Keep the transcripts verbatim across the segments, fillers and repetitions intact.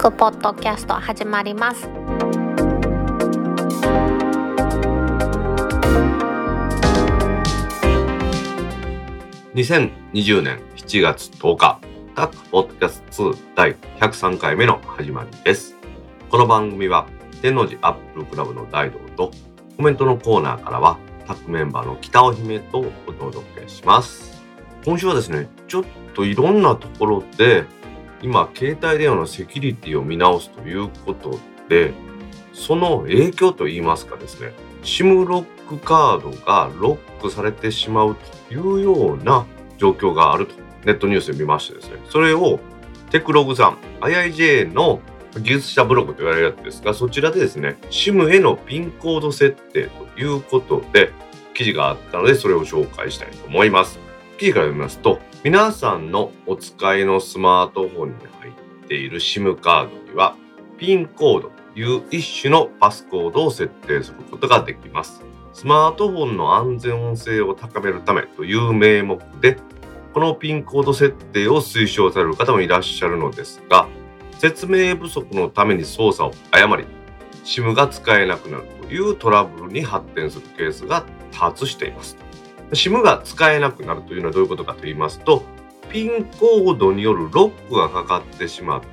プポッドキャスト始まります。 にせんにじゅうねんしちがつとおか、タックポッドキャストツーだいひゃくさんかいめの始まりです。この番組は天王寺アップルクラブの大道とコメントのコーナーからはタックメンバーの北尾姫とお届けします。今週はですね、ちょっといろんなところで今携帯電話のセキュリティを見直すということで、その影響といいますかですね、SIM ロックカードがロックされてしまうというような状況があるとネットニュースで見ましてですね、それをテクログさん アイアイジェー の技術者ブログと言われるやつですが、そちらでですね SIM へのピンコード設定ということで記事があったので、それを紹介したいと思います。記事から読みますと、皆さんのお使いのスマートフォンに入っている SIM カードにはピンコードという一種のパスコードを設定することができます。スマートフォンの安全性を高めるためという名目でこのピンコード設定を推奨される方もいらっしゃるのですが、説明不足のために操作を誤り SIM が使えなくなるというトラブルに発展するケースが多発しています。SIM が使えなくなるというのはどういうことかと言いますと、ピンコードによるロックがかかってしまって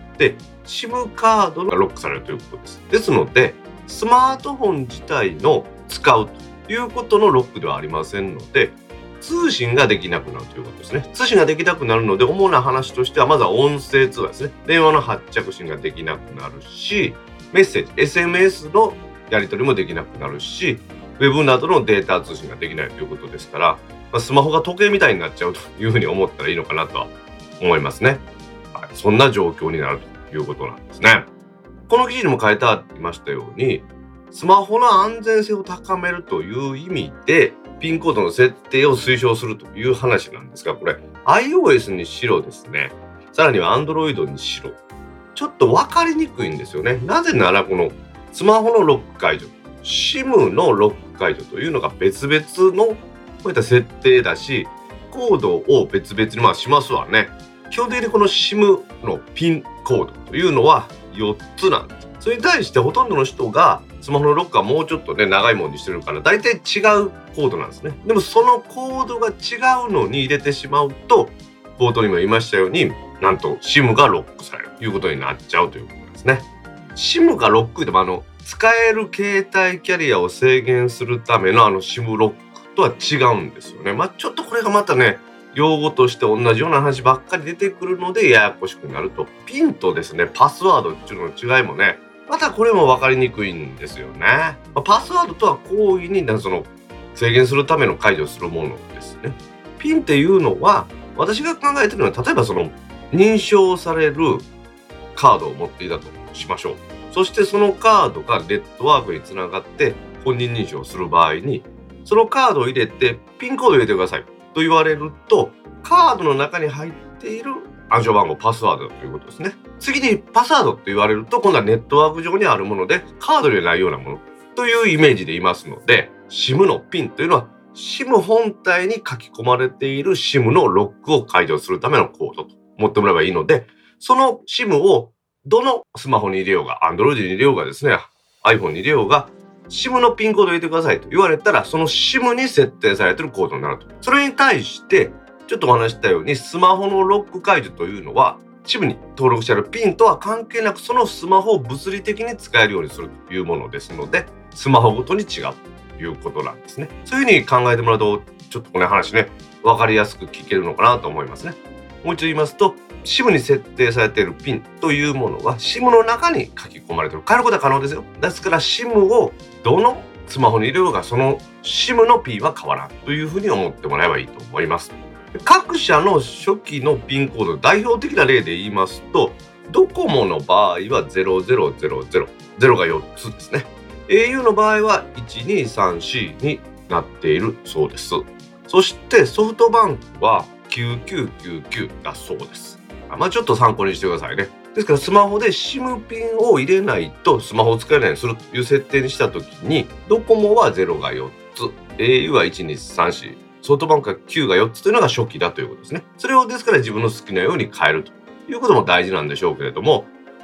SIM カードがロックされるということです。ですのでスマートフォン自体の使うということのロックではありませんので、通信ができなくなるということですね。通信ができなくなるので、主な話としてはまずは音声通話ですね。電話の発着信ができなくなるし、メッセージ エスエムエス のやり取りもできなくなるし、ウェブなどのデータ通信ができないということですから、まあ、スマホが時計みたいになっちゃうというふうに思ったらいいのかなとは思いますね。はい、そんな状況になるということなんですね。この記事にも書いてありましたように、スマホの安全性を高めるという意味でピンコードの設定を推奨するという話なんですが、これ iOS にしろですね、さらには Android にしろ、ちょっと分かりにくいんですよね。なぜならこのスマホのロック解除、SIM のロック解除というのが別々のこういった設定だし、コードを別々にまあしますわね。基本的にこの SIM のピンコードというのはよっつなんです。それに対してほとんどの人がスマホのロックはもうちょっとね長いものにしてるから大体違うコードなんですね。でもそのコードが違うのに入れてしまうと、冒頭にも言いましたように、なんと SIM がロックされるということになっちゃうということですね。SIM がロックでもあの使える携帯キャリアを制限するためのあの SIM ロックとは違うんですよね。まあちょっとこれがまたね、用語として同じような話ばっかり出てくるのでややこしくなると。ピンとですね、パスワードっていうのの違いもね、またこれも分かりにくいんですよね。パスワードとは行為にその制限するための解除するものですね。ピンっていうのは私が考えてるのは、例えばその認証されるカードを持っていたとしましょう。そしてそのカードがネットワークにつながって本人認証する場合に、そのカードを入れてピンコードを入れてくださいと言われると、カードの中に入っている暗証番号、パスワードということですね。次にパスワードと言われると、今度はネットワーク上にあるものでカードにはないようなものというイメージで言いますので、 SIM のピンというのは SIM 本体に書き込まれている SIM のロックを解除するためのコードと思ってもらえばいいので、その SIM をどのスマホに入れようが Android に入れようがですね、 iPhone に入れようが SIM のピンコードを入れてくださいと言われたら、その SIM に設定されているコードになると。それに対してちょっとお話したように、スマホのロック解除というのは SIM に登録してあるピンとは関係なく、そのスマホを物理的に使えるようにするというものですので、スマホごとに違うということなんですね。そういうふうに考えてもらうと、ちょっとこの話ね、分かりやすく聞けるのかなと思いますね。もう一度言いますと、 SIM に設定されているピンというものは SIM の中に書き込まれている。変えることは可能ですよ。ですから SIM をどのスマホに入れようが、その SIM のピンは変わらんというふうに思ってもらえばいいと思います。各社の初期のピンコード、代表的な例で言いますと、ドコモの場合はゼロゼロゼロゼロ、ゼロがよっつですね。 エーユー の場合はいちにさんしになっているそうです。そしてソフトバンクはきゅうきゅうきゅうきゅうだそうです。まあちょっと参考にしてくださいね。ですからスマホで SIM ピンを入れないとスマホを使えないようにするという設定にしたときに、ドコモはゼロがよっつ、 エーユー はいちにさんし、ソフトバンクはきゅうがよっつというのが初期だということですね。それをですから自分の好きなように変えるということも大事なんでしょうけれども、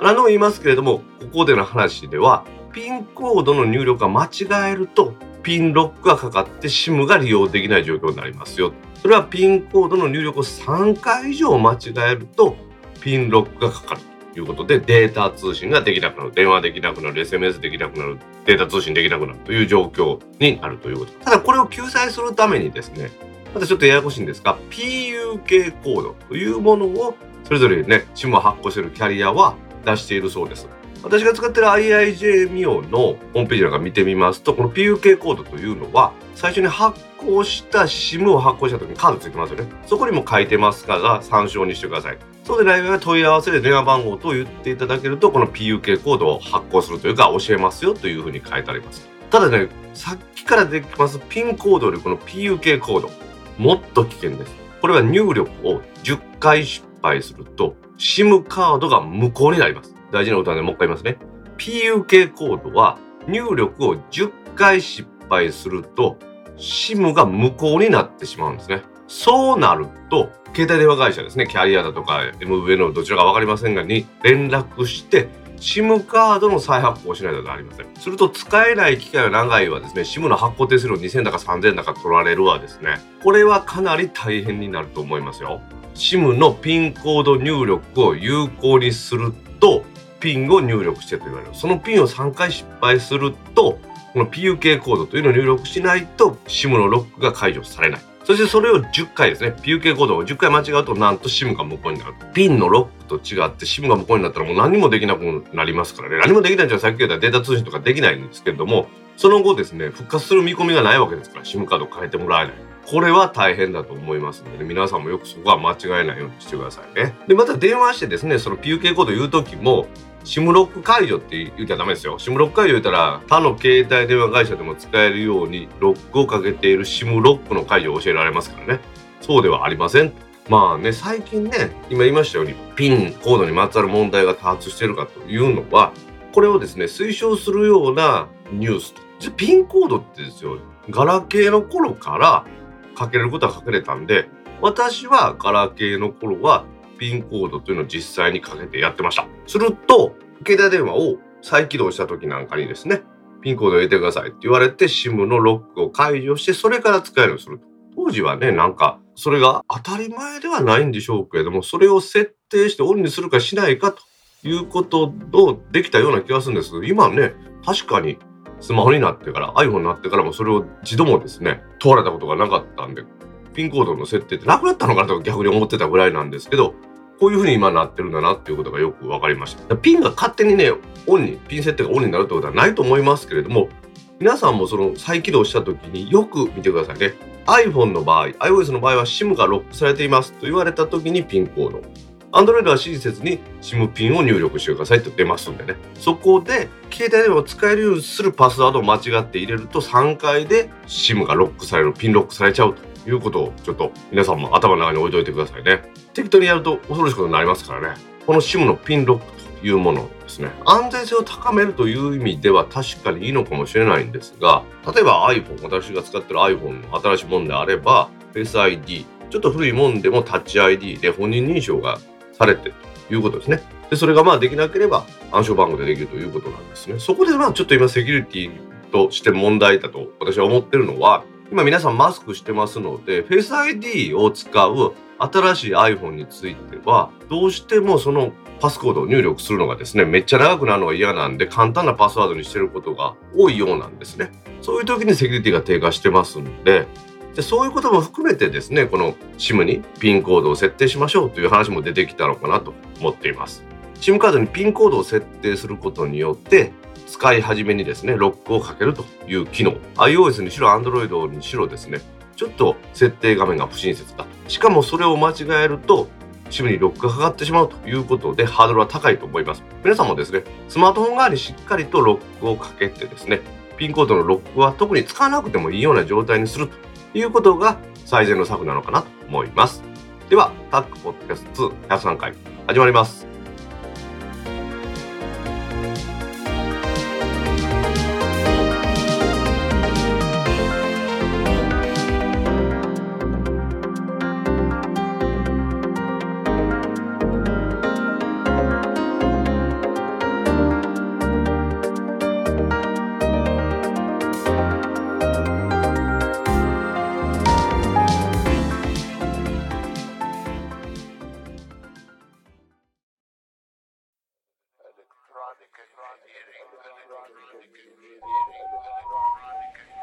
何度も言いますけれども、ここでの話ではピンコードの入力が間違えるとピンロックがかかって SIM が利用できない状況になりますよ。それはピンコードの入力をさんかい以上間違えるとピンロックがかかるということで、データ通信ができなくなる、電話できなくなる、 エスエムエス できなくなる、データ通信できなくなるという状況になるということ。ただこれを救済するためにですね、またちょっとややこしいんですが ピーユーケー コードというものをそれぞれね SIM を発行しているキャリアは出しているそうです。私が使っている アイアイジェー ミオのホームページなんか見てみますと、この ピーユーケー コードというのは最初に発行した SIM を発行した時にカードついてますよね。そこにも書いてますから参照にしてください。そうでない場合は問い合わせで電話番号と言っていただけると、この ピーユーケー コードを発行するというか教えますよというふうに書いてあります。ただね、さっきから出てきますピンコードよりこの ピーユーケー コードもっと危険です。これは入力をじゅっかい失敗すると SIM カードが無効になります。大事なことなんでもう一回言いますね。ピーユーケー コードは入力をじゅっかい失敗すると SIM が無効になってしまうんですね。そうなると携帯電話会社ですね、キャリアだとか エムブイエヌ のどちらか分かりませんがに連絡してSIM カードの再発行をしないとなりません。すると使えない期間が長いはですね、SIM の発行手数料にせんだかさんぜんだか取られるわですね。これはかなり大変になると思いますよ。SIM のピンコード入力を有効にするとピンを入力してと言われる。そのピンをさんかい失敗するとこの ピーユーケー コードというのを入力しないと SIM のロックが解除されない。そしてそれをじゅっかいですね、 ピーユーケー コードをじゅっかい間違うとなんと SIM が無効になる。ピンのロックと違って SIM が無効になったらもう何もできなくなりますからね。何もできないんじゃさっき言ったデータ通信とかできないんですけれども、その後ですね復活する見込みがないわけですから SIM カードを変えてもらえない。これは大変だと思いますので、ね、皆さんもよくそこは間違えないようにしてくださいね。でまた電話してですね、その ピーユーケー コードを言うときもSIM ロック解除って言うたらダメですよ。SIM ロック解除言ったら他の携帯電話会社でも使えるようにロックをかけている SIM ロックの解除を教えられますからね。そうではありません。まあね、最近ね今言いましたようにピンコードにまつわる問題が多発しているかというのは、これをですね推奨するようなニュースと。ピンコードってですよ、ガラケーの頃からかけれることはかけれたんで、私はガラケーの頃はピンコードというのを実際にかけてやってました。すると携帯電話を再起動した時なんかにですね、ピンコードを入れてくださいって言われて SIM のロックを解除してそれから使えるようにする。当時はねなんかそれが当たり前ではないんでしょうけれども、それを設定してオンにするかしないかということをできたような気がするんですけど、今ね確かにスマホになってから iPhone になってからもそれを一度もですね問われたことがなかったんで、ピンコードの設定ってなくなったのかなと逆に思ってたぐらいなんですけど、こういう風に今なってるんだなっていうことがよく分かりました。ピンが勝手にねオンにピン設定がオンになるってことはないと思いますけれども、皆さんもその再起動した時によく見てくださいね。 iPhone の場合 iOS の場合は SIM がロックされていますと言われた時にピンコード、Android は指示せずに SIM ピンを入力してくださいと出ますんでね、そこで携帯電話を使えるようにするパスワードを間違って入れるとさんかいで SIM がロックされる、ピンロックされちゃうということをちょっと皆さんも頭の中に置いといてくださいね。適当にやると恐ろしいことになりますからね。この SIM のピンロックというものですね、安全性を高めるという意味では確かにいいのかもしれないんですが、例えば iPhone、 私が使ってる iPhone の新しいものであれば Face アイディー、 ちょっと古いもんでも Touch アイディー で本人認証がされてということですね。でそれがまあできなければ暗証番号でできるということなんですね。そこでまあちょっと今セキュリティとして問題だと私は思ってるのは、今皆さんマスクしてますので Face アイディー を使う新しい iPhone についてはどうしてもそのパスコードを入力するのがですねめっちゃ長くなるのが嫌なんで、簡単なパスワードにしてることが多いようなんですね。そういう時にセキュリティが低下してますんで、でそういうことも含めてですね、この SIM にピンコードを設定しましょうという話も出てきたのかなと思っています。 SIM カードにピンコードを設定することによって使い始めにですねロックをかけるという機能、 iOS にしろ Android にしろですね、ちょっと設定画面が不親切だ、しかもそれを間違えると SIM にロックがかかってしまうということでハードルは高いと思います。皆さんもですねスマートフォン側にしっかりとロックをかけてですね、ピンコードのロックは特に使わなくてもいいような状態にするということが最善の策なのかなと思います。ではタックポッドキャストにひゃくさんかい始まります。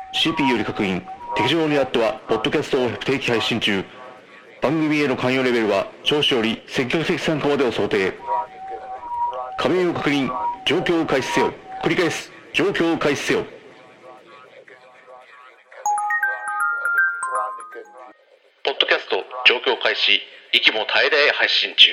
シーピー より確認。敵情にあってはポッドキャストを不定期配信中。番組への関与レベルは聴取より積極的参加までを想定。加盟を確認。状況を開始せよ。繰り返す。状況を開始せよ。ポッドキャスト状況開始。息も絶え絶え配信中。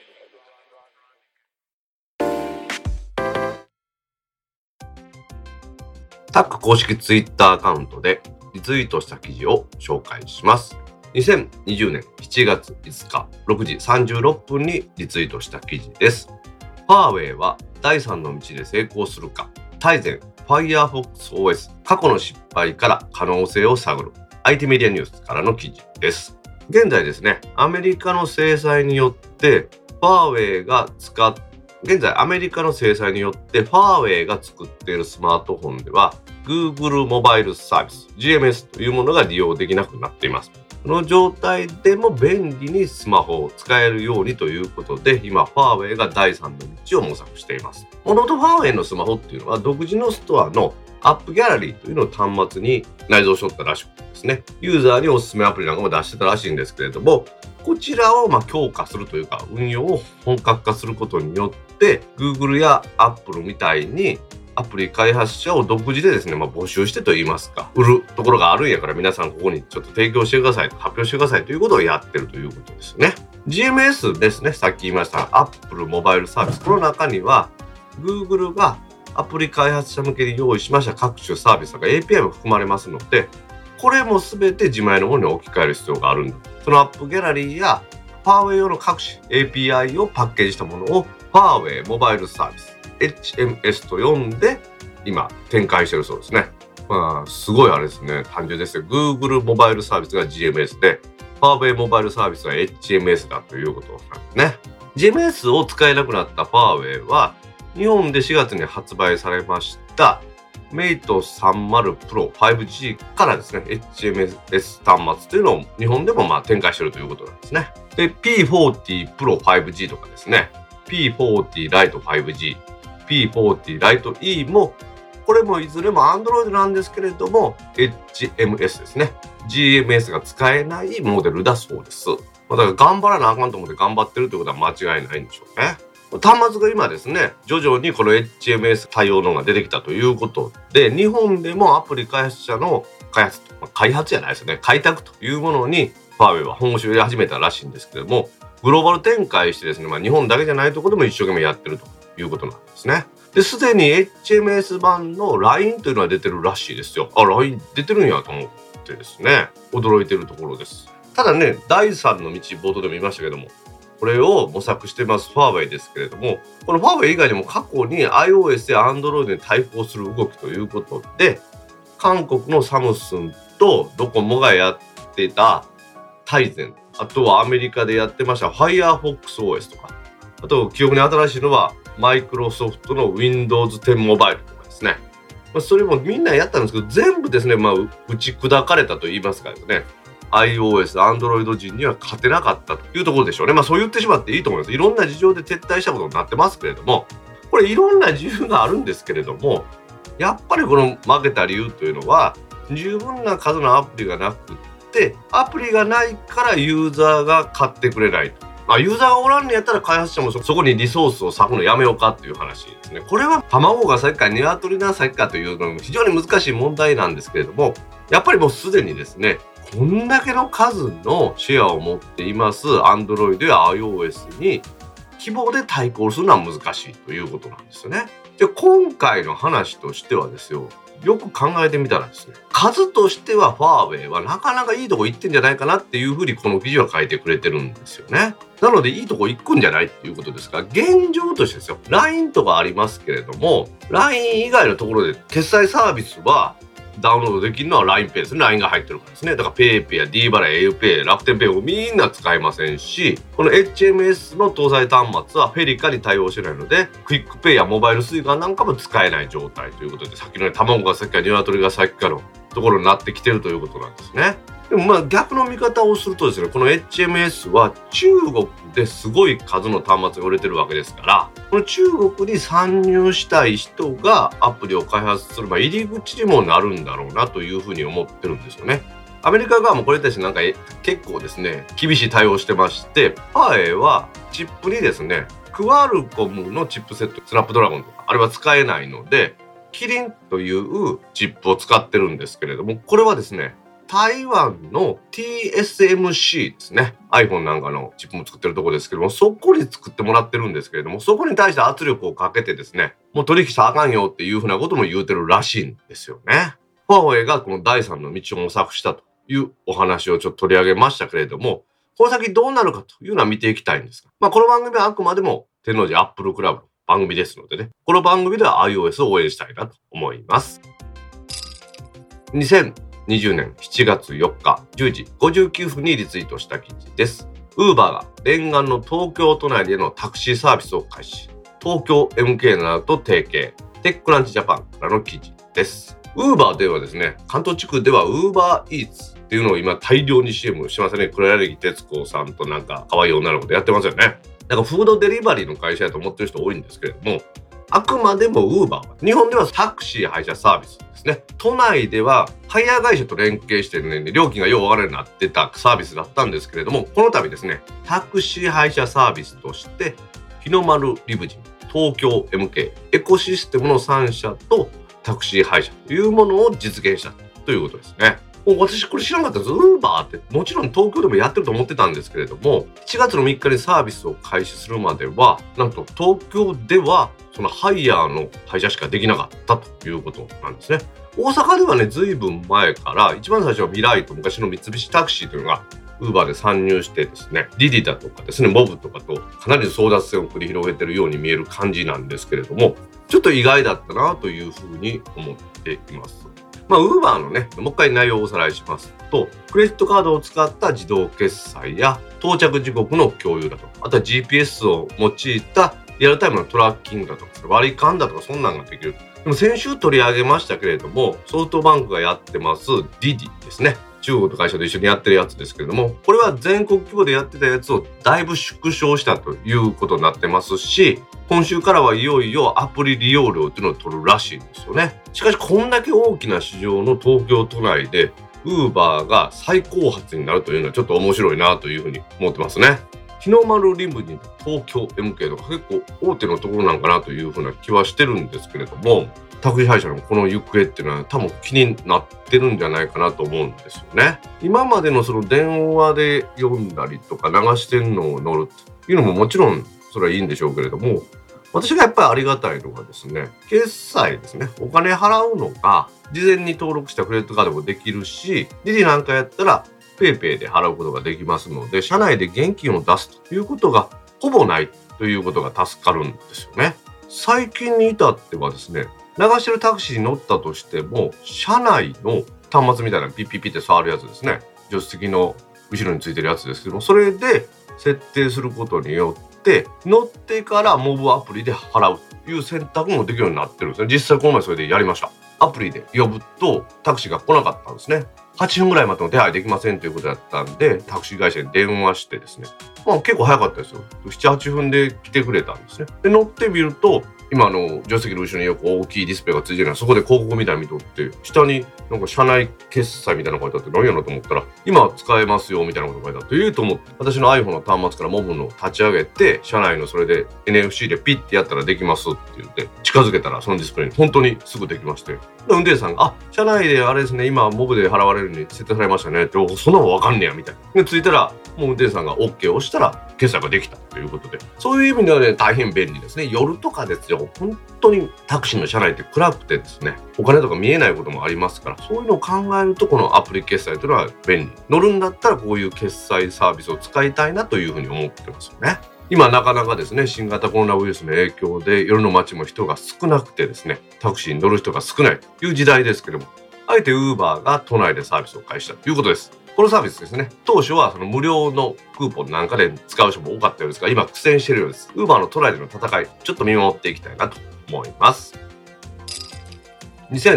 タック公式ツイッターアカウントでリツイートした記事を紹介します。にせんにじゅうねんしちがついつかろくじさんじゅうろっぷんにリツイートした記事です。ファーウェイはだいさんの道で成功するか。タイゼン Firefox オーエス 過去の失敗から可能性を探る アイティー メディアニュースからの記事です。現在ですね、アメリカの制裁によってファーウェイが使っ現在アメリカの制裁によってファーウェイが作っているスマートフォンでは Google モバイルサービス ジーエムエス というものが利用できなくなっています。この状態でも便利にスマホを使えるようにということで、今ファーウェイがだいさんの道を模索しています。もともとファーウェイのスマホっていうのは独自のストアのアップギャラリーというのを端末に内蔵しとったらしくてですね、ユーザーにおすすめアプリなんかも出してたらしいんですけれども、こちらをまあ強化するというか運用を本格化することによって Google や Apple みたいにアプリ開発者を独自でですね、まあ、募集してといいますか、売るところがあるんやから皆さんここにちょっと提供してください、発表してくださいということをやってるということですね。 ジーエムエス ですね、さっき言いました Apple モバイルサービス、この中には Google がアプリ開発者向けに用意しました各種サービスとか エーピーアイ も含まれますので、これも全て自前のものに置き換える必要があるんだ。そのアップギャラリーやファーウェイ用の各種 エーピーアイ をパッケージしたものをファーウェイモバイルサービス エイチエムエス と呼んで今展開してるそうですね。まあすごいあれですね、単純ですよ。 Google モバイルサービスが ジーエムエス でファーウェイモバイルサービスは エイチエムエス だということなんですね。 ジーエムエス を使えなくなったファーウェイは日本でしがつに発売されましたメイトさんじゅう Pro ファイブジー からですね エイチエムエス 端末というのを日本でもまあ展開しているということなんですね。で ピーフォーティー Pro ファイブジー とかですね ピーフォーティー Lite ファイブジー ピーフォーティー Lite E もこれもいずれも Android なんですけれども エイチエムエス ですね ジーエムエス が使えないモデルだそうです。だから頑張らなあかんと思って頑張ってるということは間違いないんでしょうね。端末が今ですね、徐々にこの エイチエムエス 対応のが出てきたということで、日本でもアプリ開発者の開発、開発じゃないですね、開拓というものにファーウェイは本腰を入れ始めたらしいんですけれども、グローバル展開してですね、まあ、日本だけじゃないところでも一生懸命やってるということなんですね。で、すでに エイチエムエス 版の ライン というのは出てるらしいですよ。あ、ライン 出てるんやと思ってですね、驚いてるところです。ただね、だいさんの道、冒頭でも言いましたけども、これを模索してますファーウェイですけれども、このファーウェイ以外にも過去に iOS や Android に対抗する動きということで、韓国のサムスンとドコモがやってたタイゼン、あとはアメリカでやってました Firefox オーエス とか、あと記憶に新しいのはマイクロソフトの ウィンドウズテン モバイルとかですね。それもみんなやったんですけど、全部ですね、まあ、打ち砕かれたと言いますかですね、iOS、Android 陣には勝てなかったというところでしょうね。まあそう言ってしまっていいと思います。いろんな事情で撤退したことになってますけれども、これいろんな理由があるんですけれども、やっぱりこの負けた理由というのは、十分な数のアプリがなくって、アプリがないからユーザーが買ってくれないと。まあユーザーがおらんのやったら開発者も そ, そこにリソースを割くのやめようかっていう話ですね。これは卵が先か鶏が先かというのも非常に難しい問題なんですけれども、やっぱりもうすでにですね、こんだけの数のシェアを持っています Android や iOS に希望で対抗するのは難しいということなんですよね。で、今回の話としてはですよ、よく考えてみたらですね、数としてはファーウェイはなかなかいいとこ行ってんじゃないかなっていうふうにこの記事は書いてくれてるんですよね。なのでいいとこ行くんじゃないっていうことですが、現状としてですよ、ライン とかありますけれども、ライン 以外のところで決済サービスはダウンロードできるのは ラインペイ ですね。ライン が入ってるからですね。だから PayPay や D 払い、auPay、楽天ペイをみんな使えませんし、この エイチエムエス の搭載端末はフェリカに対応してないので、クイックペイやモバイルスイカなんかも使えない状態ということで、さっきの、ね、卵が先か鶏が先かのところになってきてるということなんですね。 でもまあ逆の見方をするとですね、この エイチエムエス は中国ですごい数の端末が売れてるわけですから、この中国に参入したい人がアプリを開発する、まあ、入り口にもなるんだろうなというふうに思ってるんですよね。アメリカ側もこれに対してなんか結構ですね、厳しい対応してまして、ファーウェイはチップにですね、クアルコムのチップセット、スナップドラゴンとか、あれは使えないので、キリンというチップを使ってるんですけれども、これはですね、台湾の ティーエスエムシー ですね。iPhone なんかのチップも作ってるところですけども、そこに作ってもらってるんですけれども、そこに対して圧力をかけてですね、もう取引したらあかんよっていうふうなことも言うてるらしいんですよね。ファーウェイがこのだいさんの道を模索したというお話をちょっと取り上げましたけれども、この先どうなるかというのは見ていきたいんですが、まあこの番組はあくまでも天王寺アップルクラブの番組ですのでね、この番組では iOS を応援したいなと思います。にせんにじゅうねんしちがつよっかじゅうじごじゅうきゅうふんにリツイートした記事です。Uber が念願の東京都内でのタクシーサービスを開始。東京 エムケー などと提携。テックランチジャパンからの記事です。Uber ではですね、関東地区では Uber Eats っていうのを今大量に シーエム してますね。黒柳徹子さんとなんか可愛い女の子でやってますよね。なんかフードデリバリーの会社だと思ってる人多いんですけれども、あくまでも Uber は日本ではタクシー配車サービスですね。都内ではハイヤー会社と連携してね、料金がよう分かるようになってたサービスだったんですけれども、この度ですね、タクシー配車サービスとして日の丸リムジン、東京 エムケー、エコシステムのさんしゃとタクシー配車というものを実現したということですね。もう私これ知らなかったです。ウーバーってもちろん東京でもやってると思ってたんですけれども、しちがつのみっかにサービスを開始するまでは、なんと東京ではそのハイヤーの配車しかできなかったということなんですね。大阪ではね、ずいぶん前から一番最初はミライと昔の三菱タクシーというのがウーバーで参入してですね、ディディだとかですね、モブとかとかなりの争奪戦を繰り広げているように見える感じなんですけれども、ちょっと意外だったなというふうに思っています。まあ、ウーバーのね、もう一回内容をおさらいしますと、クレジットカードを使った自動決済や到着時刻の共有だとか、あとは ジーピーエス を用いたリアルタイムのトラッキングだとか、割り勘だとか、そんなのができる。でも先週取り上げましたけれども、ソフトバンクがやってますディディですね。中国の会社と一緒にやってるやつですけれども、これは全国規模でやってたやつをだいぶ縮小したということになってますし、今週からはいよいよアプリ利用料っていうのを取るらしいんですよね。しかしこんだけ大きな市場の東京都内で Uber が最高発になるというのはちょっと面白いなというふうに思ってますね。日の丸リムジン、東京 エムケー とか結構大手のところなんかなというふうな気はしてるんですけれども、タクシー配車のこの行方っていうのは多分気になってるんじゃないかなと思うんですよね。今までのその電話で読んだりとか流してるのを乗るっていうのももちろんそれはいいんでしょうけれども、私がやっぱりありがたいのがですね、決済ですね。お金払うのが事前に登録したクレジットカードもできるし、ディディなんかやったらペイペイで払うことができますので、社内で現金を出すということがほぼないということが助かるんですよね。最近に至ってはですね、流してるタクシーに乗ったとしても、車内の端末みたいなピッピッピって触るやつですね。助手席の後ろについてるやつですけども、それで設定することによって乗ってからモブアプリで払うという選択もできるようになってるんですね。実際この前それでやりました。アプリで呼ぶとタクシーが来なかったんですね。はちふんぐらい待っても手配できませんということだったんで、タクシー会社に電話してですね、まあ結構早かったですよ。ななはちふんで来てくれたんですね。で乗ってみると、今の助手席の後ろによく大きいディスプレイがついてるのは、そこで広告みたいなの見とって、下になんか社内決済みたいなの書いてあって、何やろうと思ったら、今使えますよみたいなこと書いてあって、ええと思って、私の iPhone の端末からモブの立ち上げて、社内のそれで エヌエフシー でピッてやったらできますって言って、近づけたらそのディスプレイに本当にすぐできまして、で運転手さんが、あ、社内であれですね、今モブで払われるように設定されましたねって、そんなのわかんねやみたいな。で、着いたら、もう運転手さんが OK を押したら、決済ができたということで、そういう意味ではね、大変便利ですね。夜とかですよ、本当にタクシーの車内って暗くてですね、お金とか見えないこともありますから、そういうのを考えるとこのアプリ決済というのは便利。乗るんだったらこういう決済サービスを使いたいなというふうに思ってますよね。今なかなかですね、新型コロナウイルスの影響で夜の街も人が少なくてですね、タクシーに乗る人が少ないという時代ですけども、あえて Uber が都内でサービスを開始したということです。このサービスですね、当初はその無料のクーポンなんかで使う人も多かったようですが、今苦戦しているようです。Uber の都内での戦い、ちょっと見守っていきたいなと思います。にせん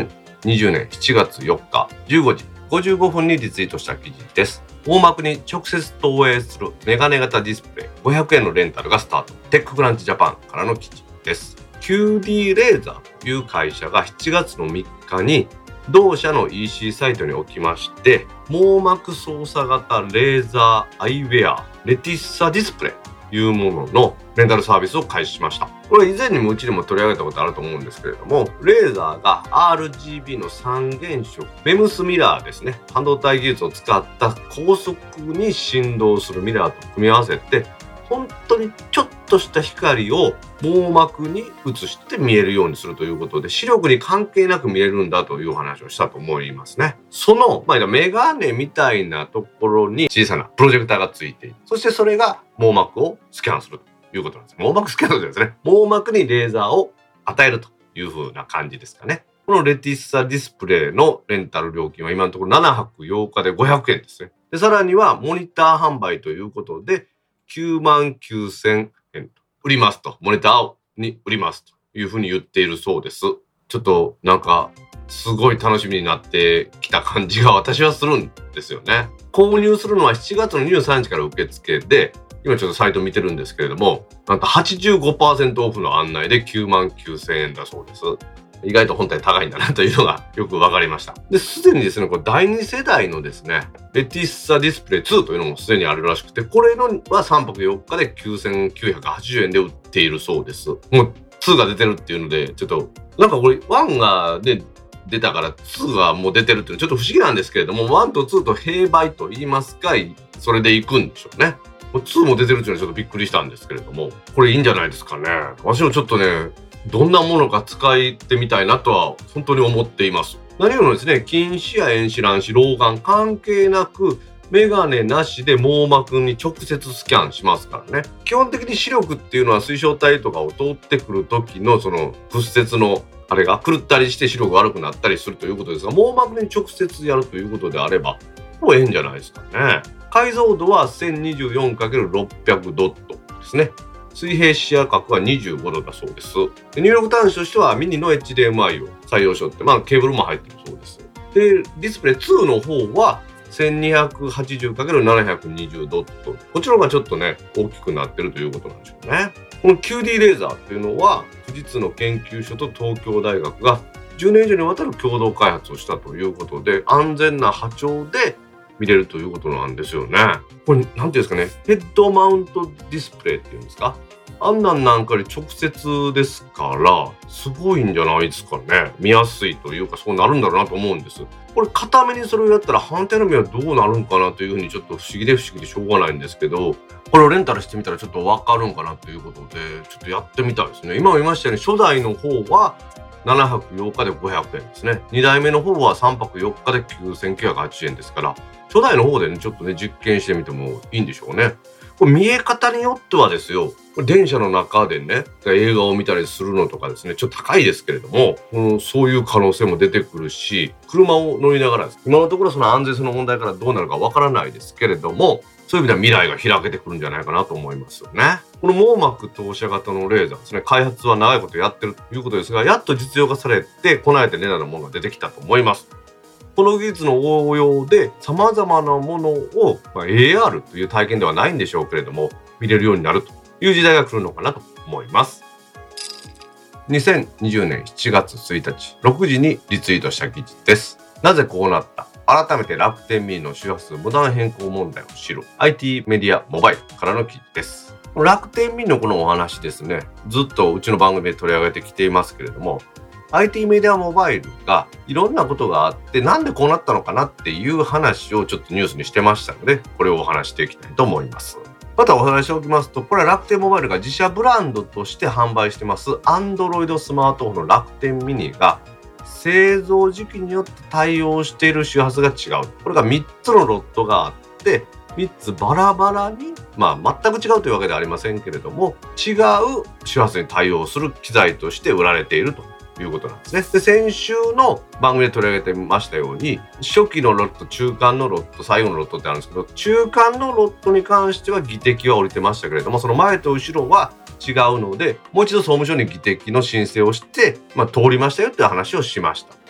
にじゅうねんしちがつよっかじゅうごじごじゅうごふんにリツイートした記事です。網膜に直接投影するメガネ型ディスプレイごひゃくえんのレンタルがスタート。テッククランチジャパンからの記事です。キューディー レーザーという会社がしちがつのみっかに同社の イーシー サイトにおきまして網膜操作型レーザーアイウェアレティッサディスプレイというもののレンタルサービスを開始しました。これ以前にもうちでも取り上げたことあると思うんですけれども、レーザーが アールジービー の三原色メムスミラーですね、半導体技術を使った高速に振動するミラーと組み合わせて本当にちょっとした光を網膜に映して見えるようにするということで、視力に関係なく見えるんだというお話をしたと思いますね。その、まあ、メガネみたいなところに小さなプロジェクターがついていて、そしてそれが網膜をスキャンするということなんです。網膜スキャンするんですね。網膜にレーザーを与えるという風な感じですかね。このレティッサディスプレイのレンタル料金は今のところななはくようかでごひゃくえんですね。で、さらにはモニター販売ということできゅうまんきゅうせんえんと売りますと、モニターに売りますというふうに言っているそうです。ちょっとなんかすごい楽しみになってきた感じが私はするんですよね。購入するのはしちがつのにじゅうさんにちから受付で、今ちょっとサイト見てるんですけれども、なんと はちじゅうごパーセント オフの案内できゅうまんきゅうせんえんだそうです。意外と本体高いんだなというのがよく分かりました。で、すでにですね、これだいに世代のですね、レティッサディスプレイツーというのもすでにあるらしくて、これのはさんぱくよっかできゅうせんきゅうひゃくはちじゅうえんで売っているそうです。もうツーが出てるっていうので、ちょっと、なんかこれワンがね、出たからツーがもう出てるっていうのはちょっと不思議なんですけれども、ワンとツーと並売と言いますか、それでいくんでしょうね。ツーも出てるっていうのはちょっとびっくりしたんですけれども、これいいんじゃないですかね。私もちょっとね、どんなものか使ってみたいなとは本当に思っています。何よりもですね、近視や遠視、乱視、老眼関係なくメガネなしで網膜に直接スキャンしますからね。基本的に視力っていうのは水晶体とかを通ってくる時のその屈折のあれが狂ったりして視力が悪くなったりするということですが、網膜に直接やるということであればもうええんじゃないですかね。解像度は せんにじゅうよんかけるろっぴゃく ドットですね。水平視野角はにじゅうごどだそうです。で、入力端子としてはミニの エイチディーエムアイ を採用しようって、まあケーブルも入ってるそうです。で、ディスプレイツーの方は せんにひゃくはちじゅうかけるななひゃくにじゅう ドット。こちらがちょっとね、大きくなってるということなんでしょうね。この キューディー レーザーっていうのは、富士通の研究所と東京大学がじゅうねん以上にわたる共同開発をしたということで、安全な波長で見れるということなんですよね。これ、なんていうんですかね、ヘッドマウントディスプレイっていうんですか。あんなんなんかに直接ですから、すごいんじゃないですかね。見やすいというか、そうなるんだろうなと思うんです。これ、片目にそれをやったら、反対の目はどうなるんかなというふうに、ちょっと不思議で不思議でしょうがないんですけど、これをレンタルしてみたらちょっとわかるんかなということで、ちょっとやってみたいですね。今も言いましたように、初代の方はななはくようかでごひゃくえんですね。にだいめの方はさんぱくよっかできゅうせんきゅうひゃくはちじゅうえんですから、初代の方でね、ちょっとね、実験してみてもいいんでしょうね。これ見え方によってはですよ、これ電車の中でね、映画を見たりするのとかですね、ちょっと高いですけれども、うん、そういう可能性も出てくるし、車を乗りながらです。今のところその安全性の問題からどうなるかわからないですけれども、そういう意味では未来が開けてくるんじゃないかなと思いますよね。この網膜投射型のレーザーですね、開発は長いことやってるということですが、やっと実用化されて、この間値段のものが出てきたと思います。この技術の応用で様々なものを、まあ、エーアール という体験ではないんでしょうけれども、見れるようになるという時代が来るのかなと思います。にせんにじゅうねんしちがつついたち、ろくじにリツイートした記事です。なぜこうなった？改めて楽天ミニの周波数無断変更問題を知る アイティー メディアモバイルからの記事です。楽天ミニのこのお話ですね、ずっとうちの番組で取り上げてきていますけれども、アイティー メディアモバイルがいろんなことがあってなんでこうなったのかなっていう話をちょっとニュースにしてましたので、これをお話していきたいと思います。またお話しておきますと、これは楽天モバイルが自社ブランドとして販売してます Android スマートフォンの楽天ミニが製造時期によって対応している周波数が違う。これがみっつのロットがあって、みっつバラバラに、まあ全く違うというわけではありませんけれども、違う周波数に対応する機材として売られているということなんですね。で、先週の番組で取り上げてましたように、初期のロット、中間のロット、最後のロットってあるんですけど、中間のロットに関しては議的は降りてましたけれども、その前と後ろは違うので、もう一度総務省に議的の申請をして、まあ、通りましたよっていう話をしました。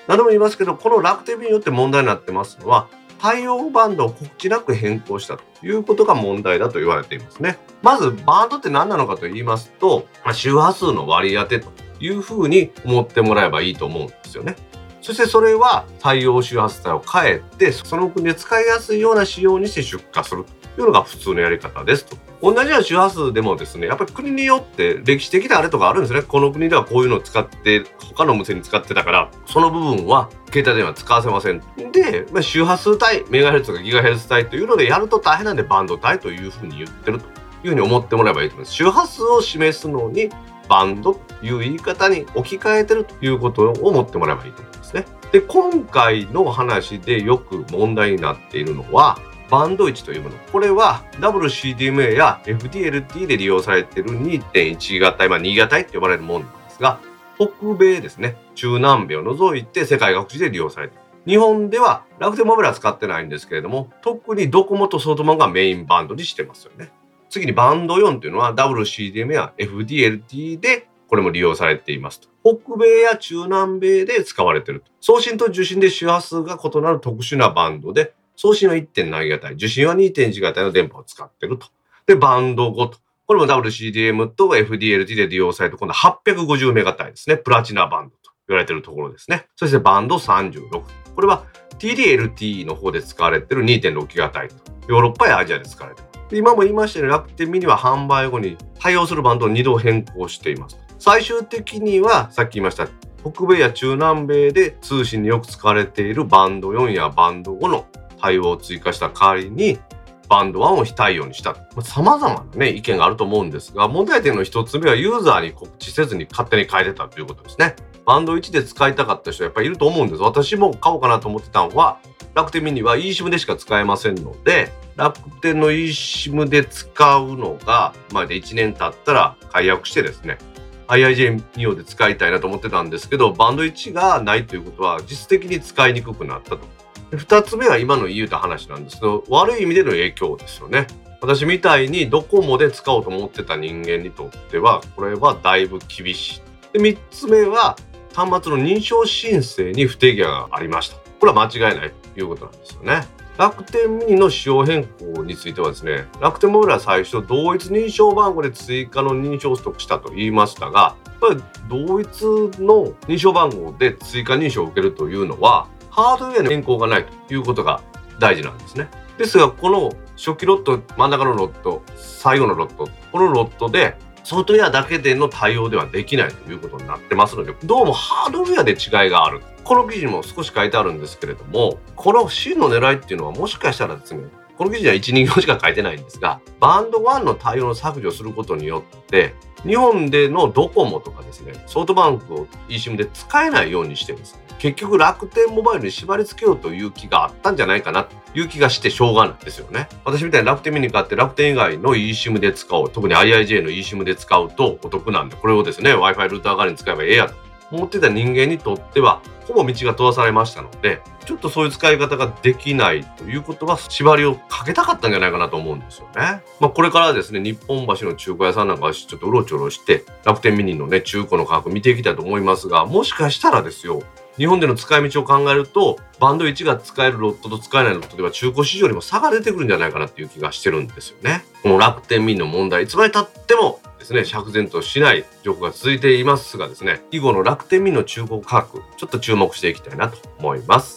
何度も言いますけど、この楽天便によって問題になってますのは、対応バンドを告知なく変更したということが問題だと言われていますね。まずバンドって何なのかと言いますと、まあ、周波数の割り当てというふうに思ってもらえばいいと思うんですよね。そしてそれは対応周波数帯を変えて、その国で使いやすいような仕様にして出荷するというのが普通のやり方ですと。同じような周波数でもですね、やっぱり国によって歴史的なあれとかあるんですね。この国ではこういうのを使って他の無線に使ってたから、その部分は携帯電話使わせません。で、まあ、周波数帯、メガヘルツとかギガヘルツ帯というのでやると大変なんでバンド帯というふうに言ってるというふうに思ってもらえばいいと思います。周波数を示すのにバンドという言い方に置き換えてるということを思ってもらえばいいと思いますね。で、今回の話でよく問題になっているのは、バンドいちというもの。これは ダブリューシーディーエムエー や エフディーエルティー で利用されている にてんいち 型帯、まあ、に型帯と呼ばれるものなんですが、北米ですね、中南米を除いて世界各地で利用されている。日本では楽天モバイルは使ってないんですけれども、特にドコモとソフトバンクがメインバンドにしてますよね。次にバンドよんというのは ダブリューシーディーエムエー や エフディーエルティー でこれも利用されていますと。北米や中南米で使われていると。送信と受信で周波数が異なる特殊なバンドで、送信は いってんなな 型帯、受信は にてんいち 型帯の電波を使っていると。で、バンドごと。これも ダブリューシーディーエム と エフディーエルティー で利用されて、今度ははっぴゃくごじゅうメガ帯ですね。プラチナバンドと言われているところですね。そしてバンドさんじゅうろく。これは ティーディーエルティー の方で使われている にてんろく 型帯と。ヨーロッパやアジアで使われている。で、今も言いましたように楽天ミニは販売後に対応するバンドをにど変更しています。最終的にはさっき言いました北米や中南米で通信によく使われているバンドよんやバンドごの対応を追加した代わりにバンドいちを非対応にした。様々なね、意見があると思うんですが、問題点の一つ目はユーザーに告知せずに勝手に変えてたということですね。バンドいちで使いたかった人はやっぱりいると思うんです。私も買おうかなと思ってたのは、楽天ミニは eSIM でしか使えませんので、楽天の eSIM で使うのが、まあいちねん経ったら解約してですね、アイアイジェー ニオで使いたいなと思ってたんですけど、バンドいちがないということは実質的に使いにくくなったと。ふたつめは今の言うた話なんですけど、悪い意味での影響ですよね。私みたいにドコモで使おうと思ってた人間にとっては、これはだいぶ厳しい。で、みっつめは端末の認証申請に不手際がありました。これは間違いないということなんですよね。楽天ミニの仕様変更についてはですね、楽天モバイルは最初同一認証番号で追加の認証を取得したと言いましたが、これ同一の認証番号で追加認証を受けるというのはハードウェアの変更がないということが大事なんですね。ですが、この初期ロット、真ん中のロット、最後のロット、このロットでソフトウェアだけでの対応ではできないということになってますので、どうもハードウェアで違いがある。この記事にも少し書いてあるんですけれども、この真の狙いっていうのはもしかしたらですね、この記事にはいち、に行しか書いてないんですが、バンドいちの対応の削除することによって、日本でのドコモとかですね、ソフトバンクを eSIM で使えないようにしてですね、結局楽天モバイルに縛り付けようという気があったんじゃないかなという気がしてしょうがないですよね。私みたいに楽天ミニ買って楽天以外の eSIM で使おう。特に アイアイジェー の eSIM で使うとお得なんで、これをですね、Wi-Fi ルーター代わりに使えばええやと思ってた人間にとっては、ほぼ道が閉ざされましたので、ちょっとそういう使い方ができないということは縛りをかけたかったんじゃないかなと思うんですよね。まあこれからですね、日本橋の中古屋さんなんかちょっとうろちょろして楽天ミニのね、中古の価格見ていきたいと思いますが、もしかしたらですよ、日本での使い道を考えると、バンドいちが使えるロットと使えないロットでは中古市場にも差が出てくるんじゃないかなっていう気がしてるんですよね。この楽天ミニの問題、いつまで経ってもですね、釈然としない状況が続いていますがですね、以後の楽天ミニの中古価格、ちょっと注目していきたいなと思います。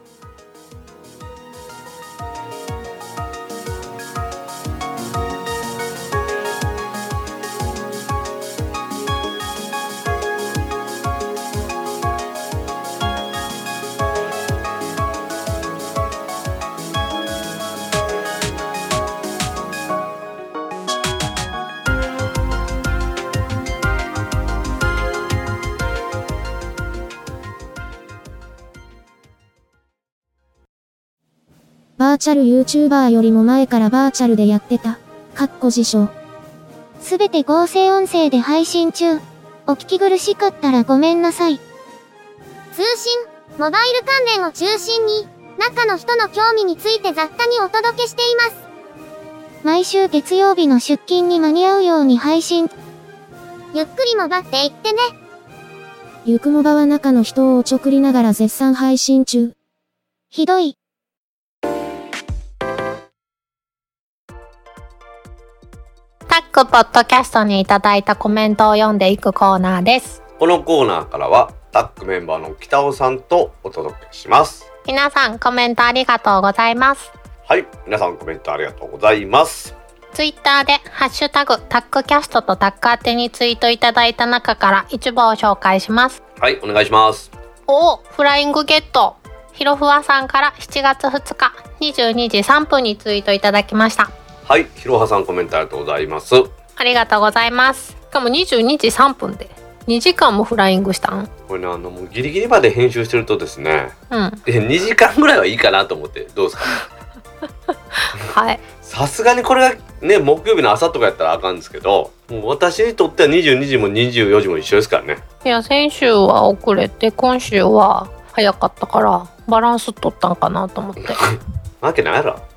バーチャル YouTuber よりも前からバーチャルでやってた。かっこ自称。すべて合成音声で配信中。お聞き苦しかったらごめんなさい。通信、モバイル関連を中心に、中の人の興味について雑多にお届けしています。毎週月曜日の出勤に間に合うように配信。ゆっくりもばっていってね。 ゆくもばは中の人をおちょくりながら絶賛配信中。ひどい。 タックポッドキャストにいただいたコメントを読んでいくコーナーです。 このコーナーからはタックメンバーの北尾さんとお届けします。 皆さんコメントありがとうございます。 はい、皆さんコメントありがとうございます。 ツイッターでハッシュタグタックキャストとタック宛てにツイートいただいた中から一部を紹介します。 はい、お願いします。 おー、フライングゲット。ひろふわさんからしちがつふつかにじゅうにじさんぷんにツイートいただきました。 はい、ひろはさんコメントありがとうございます。 ありがとうございます。しかもにじゅうにじさんぷんでにじかんもフライングしたん。 これね、あのもうギリギリまで編集してるとですね、 うん、 にじかんぐらいはいいかなと思って。どうですか？ はい。 さすがにこれがね木曜日の朝とかやったらあかんですけど、もう私にとってはにじゅうにじもにじゅうよじも一緒ですからね。 いや、先週は遅れて今週は早かったからバランス取ったんかなと思ってわけないやろ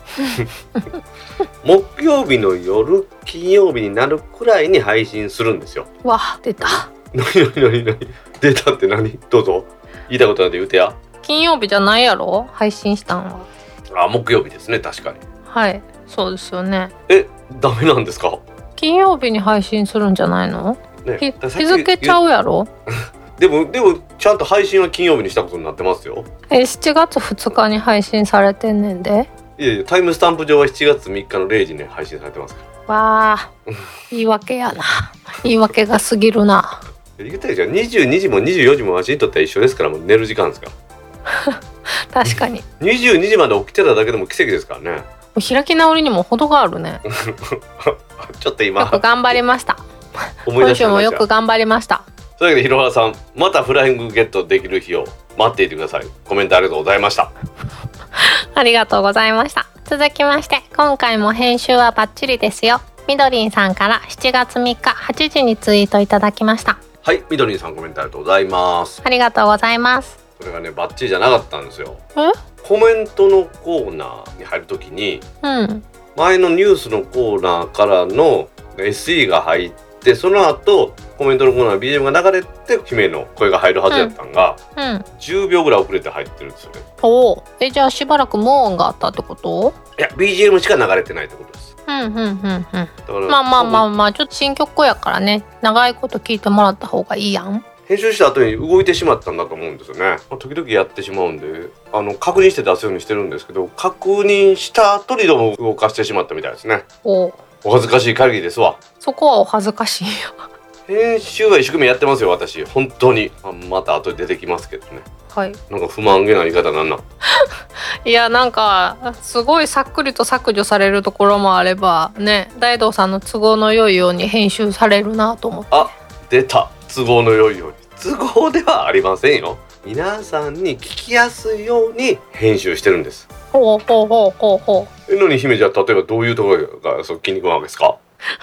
木曜日の夜金曜日になるくらいに配信するんですよ。 わ、出た。 なになになになに出たって何？どうぞ言いたいことなんて言うてや。 金曜日じゃないやろ配信したんは。 あ、木曜日ですね。確かに。 はい、そうですよね。 え、ダメなんですか？ 金曜日に配信するんじゃないの？ ね、 日付ちゃうやろでもでもちゃんと配信は金曜日にしたことになってますよ。 え、しちがつふつかに配信されてんねんで。 いやいや、タイムスタンプ上はしちがつみっかのれいじに配信されてますから。 わあ、言い訳やな言い訳が過ぎるな。 言ったじゃん、にじゅうにじもにじゅうよじも私にとっては一緒ですから。もう寝る時間ですから確かににじゅうにじまで起きてただけでも奇跡ですからね。 開き直りにも程があるねちょっと今よく頑張りました。 思い出しました。 今週もよく頑張りました。 というわけでひろはさん、またフライングゲットできる日を待っていてください。コメントありがとうございましたありがとうございました。続きまして、今回も編集はバッチリですよ。みどりんさんからしちがつみっかはちじにツイートいただきました。 はい、みどりんさんコメントありがとうございます。 ありがとうございます。 これがねバッチリじゃなかったんですよ。 え？ コメントのコーナーに入るときに、 うん、 前のニュースのコーナーからの エスイー が入って、その後コメントのコーナーの ビージーエム が流れて姫の声が入るはずやったんが、 うんうん、じゅうじゅうびょうぐらい遅れて入ってるんですよね。 おー、え、じゃあしばらく無音があったってこと？ いや、 ビージーエム しか流れてないってことです。 うんうんうんうん。だからまあまあまあまあ、ちょっと新曲やからね、長いこと聞いてもらった方がいいやん。 編集した後に動いてしまったんだと思うんですよね。まあ、時々やってしまうんで、あの確認して出すようにしてるんですけど、確認した後にどうも動かしてしまったみたいですね。 おお恥ずかしい限りですわ。 そこはお恥ずかしいよ編集は一生懸命やってますよ、私本当に。あ、また後で出てきますけどね。 はい。 なんか不満げな言い方なんなんいや、なんかすごいさっくりと削除されるところもあればね、大道さんの都合の良いように編集されるなと思って。 あ、出た。都合の良いように。都合ではありませんよ。皆さんに聞きやすいように編集してるんです。 ほうほうほうほうほう。 え、のに姫、じゃあ例えばどういうところがそう気に食うわけですか？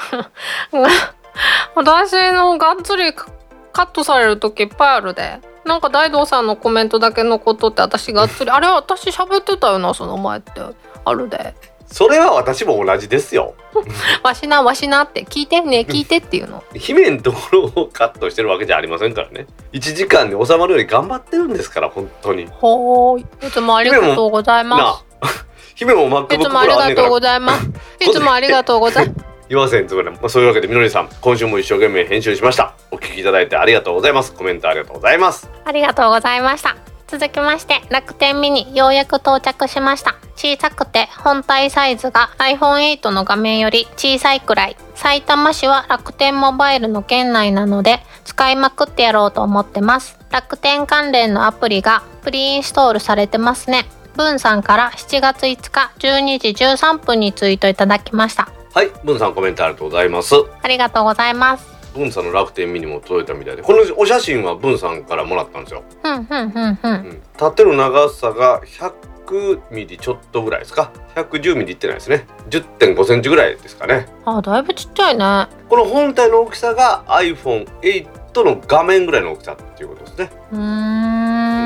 私のがっつりカットされる時いっぱいあるで。なんか大道さんのコメントだけのことって私がっつりあれ私喋ってたよなその前ってあるで。 それは私も同じですよわしなわしなって聞いてね聞いてっていうの姫のところをカットしてるわけじゃありませんからね。いちじかんで収まるように頑張ってるんですから。本当に。 ほーい。いつもありがとうございます。 姫も MacBook いつもありがとうございますいつもありがとうございます言わせんつもり。まあ、そういうわけでみのりさん、今週も一生懸命編集しました。お聞きいただいてありがとうございます。コメントありがとうございます。 ありがとうございました。続きまして楽天ミニようやく到着しました。小さくて本体サイズが アイフォンエイト の画面より小さいくらい。埼玉市は楽天モバイルの圏内なので使いまくってやろうと思ってます。楽天関連のアプリがプリインストールされてますね。文さんからしちがついつかじゅうにじじゅうさんぷんにツイートいただきました。 はい、文さんコメントありがとうございます。 ありがとうございます。 文さんの楽天ミニも届いたみたいで、このお写真は文さんからもらったんですよ。 うんうんうんうん、うん、 縦の長さがひゃくミリちょっとぐらいですか。ひゃくじゅうミリいってないですね。 じゅってんごセンチぐらいですかね。 あ、だいぶちっちゃいね。 この本体の大きさが アイフォンエイト の画面ぐらいの大きさっていうことですね。 うーん、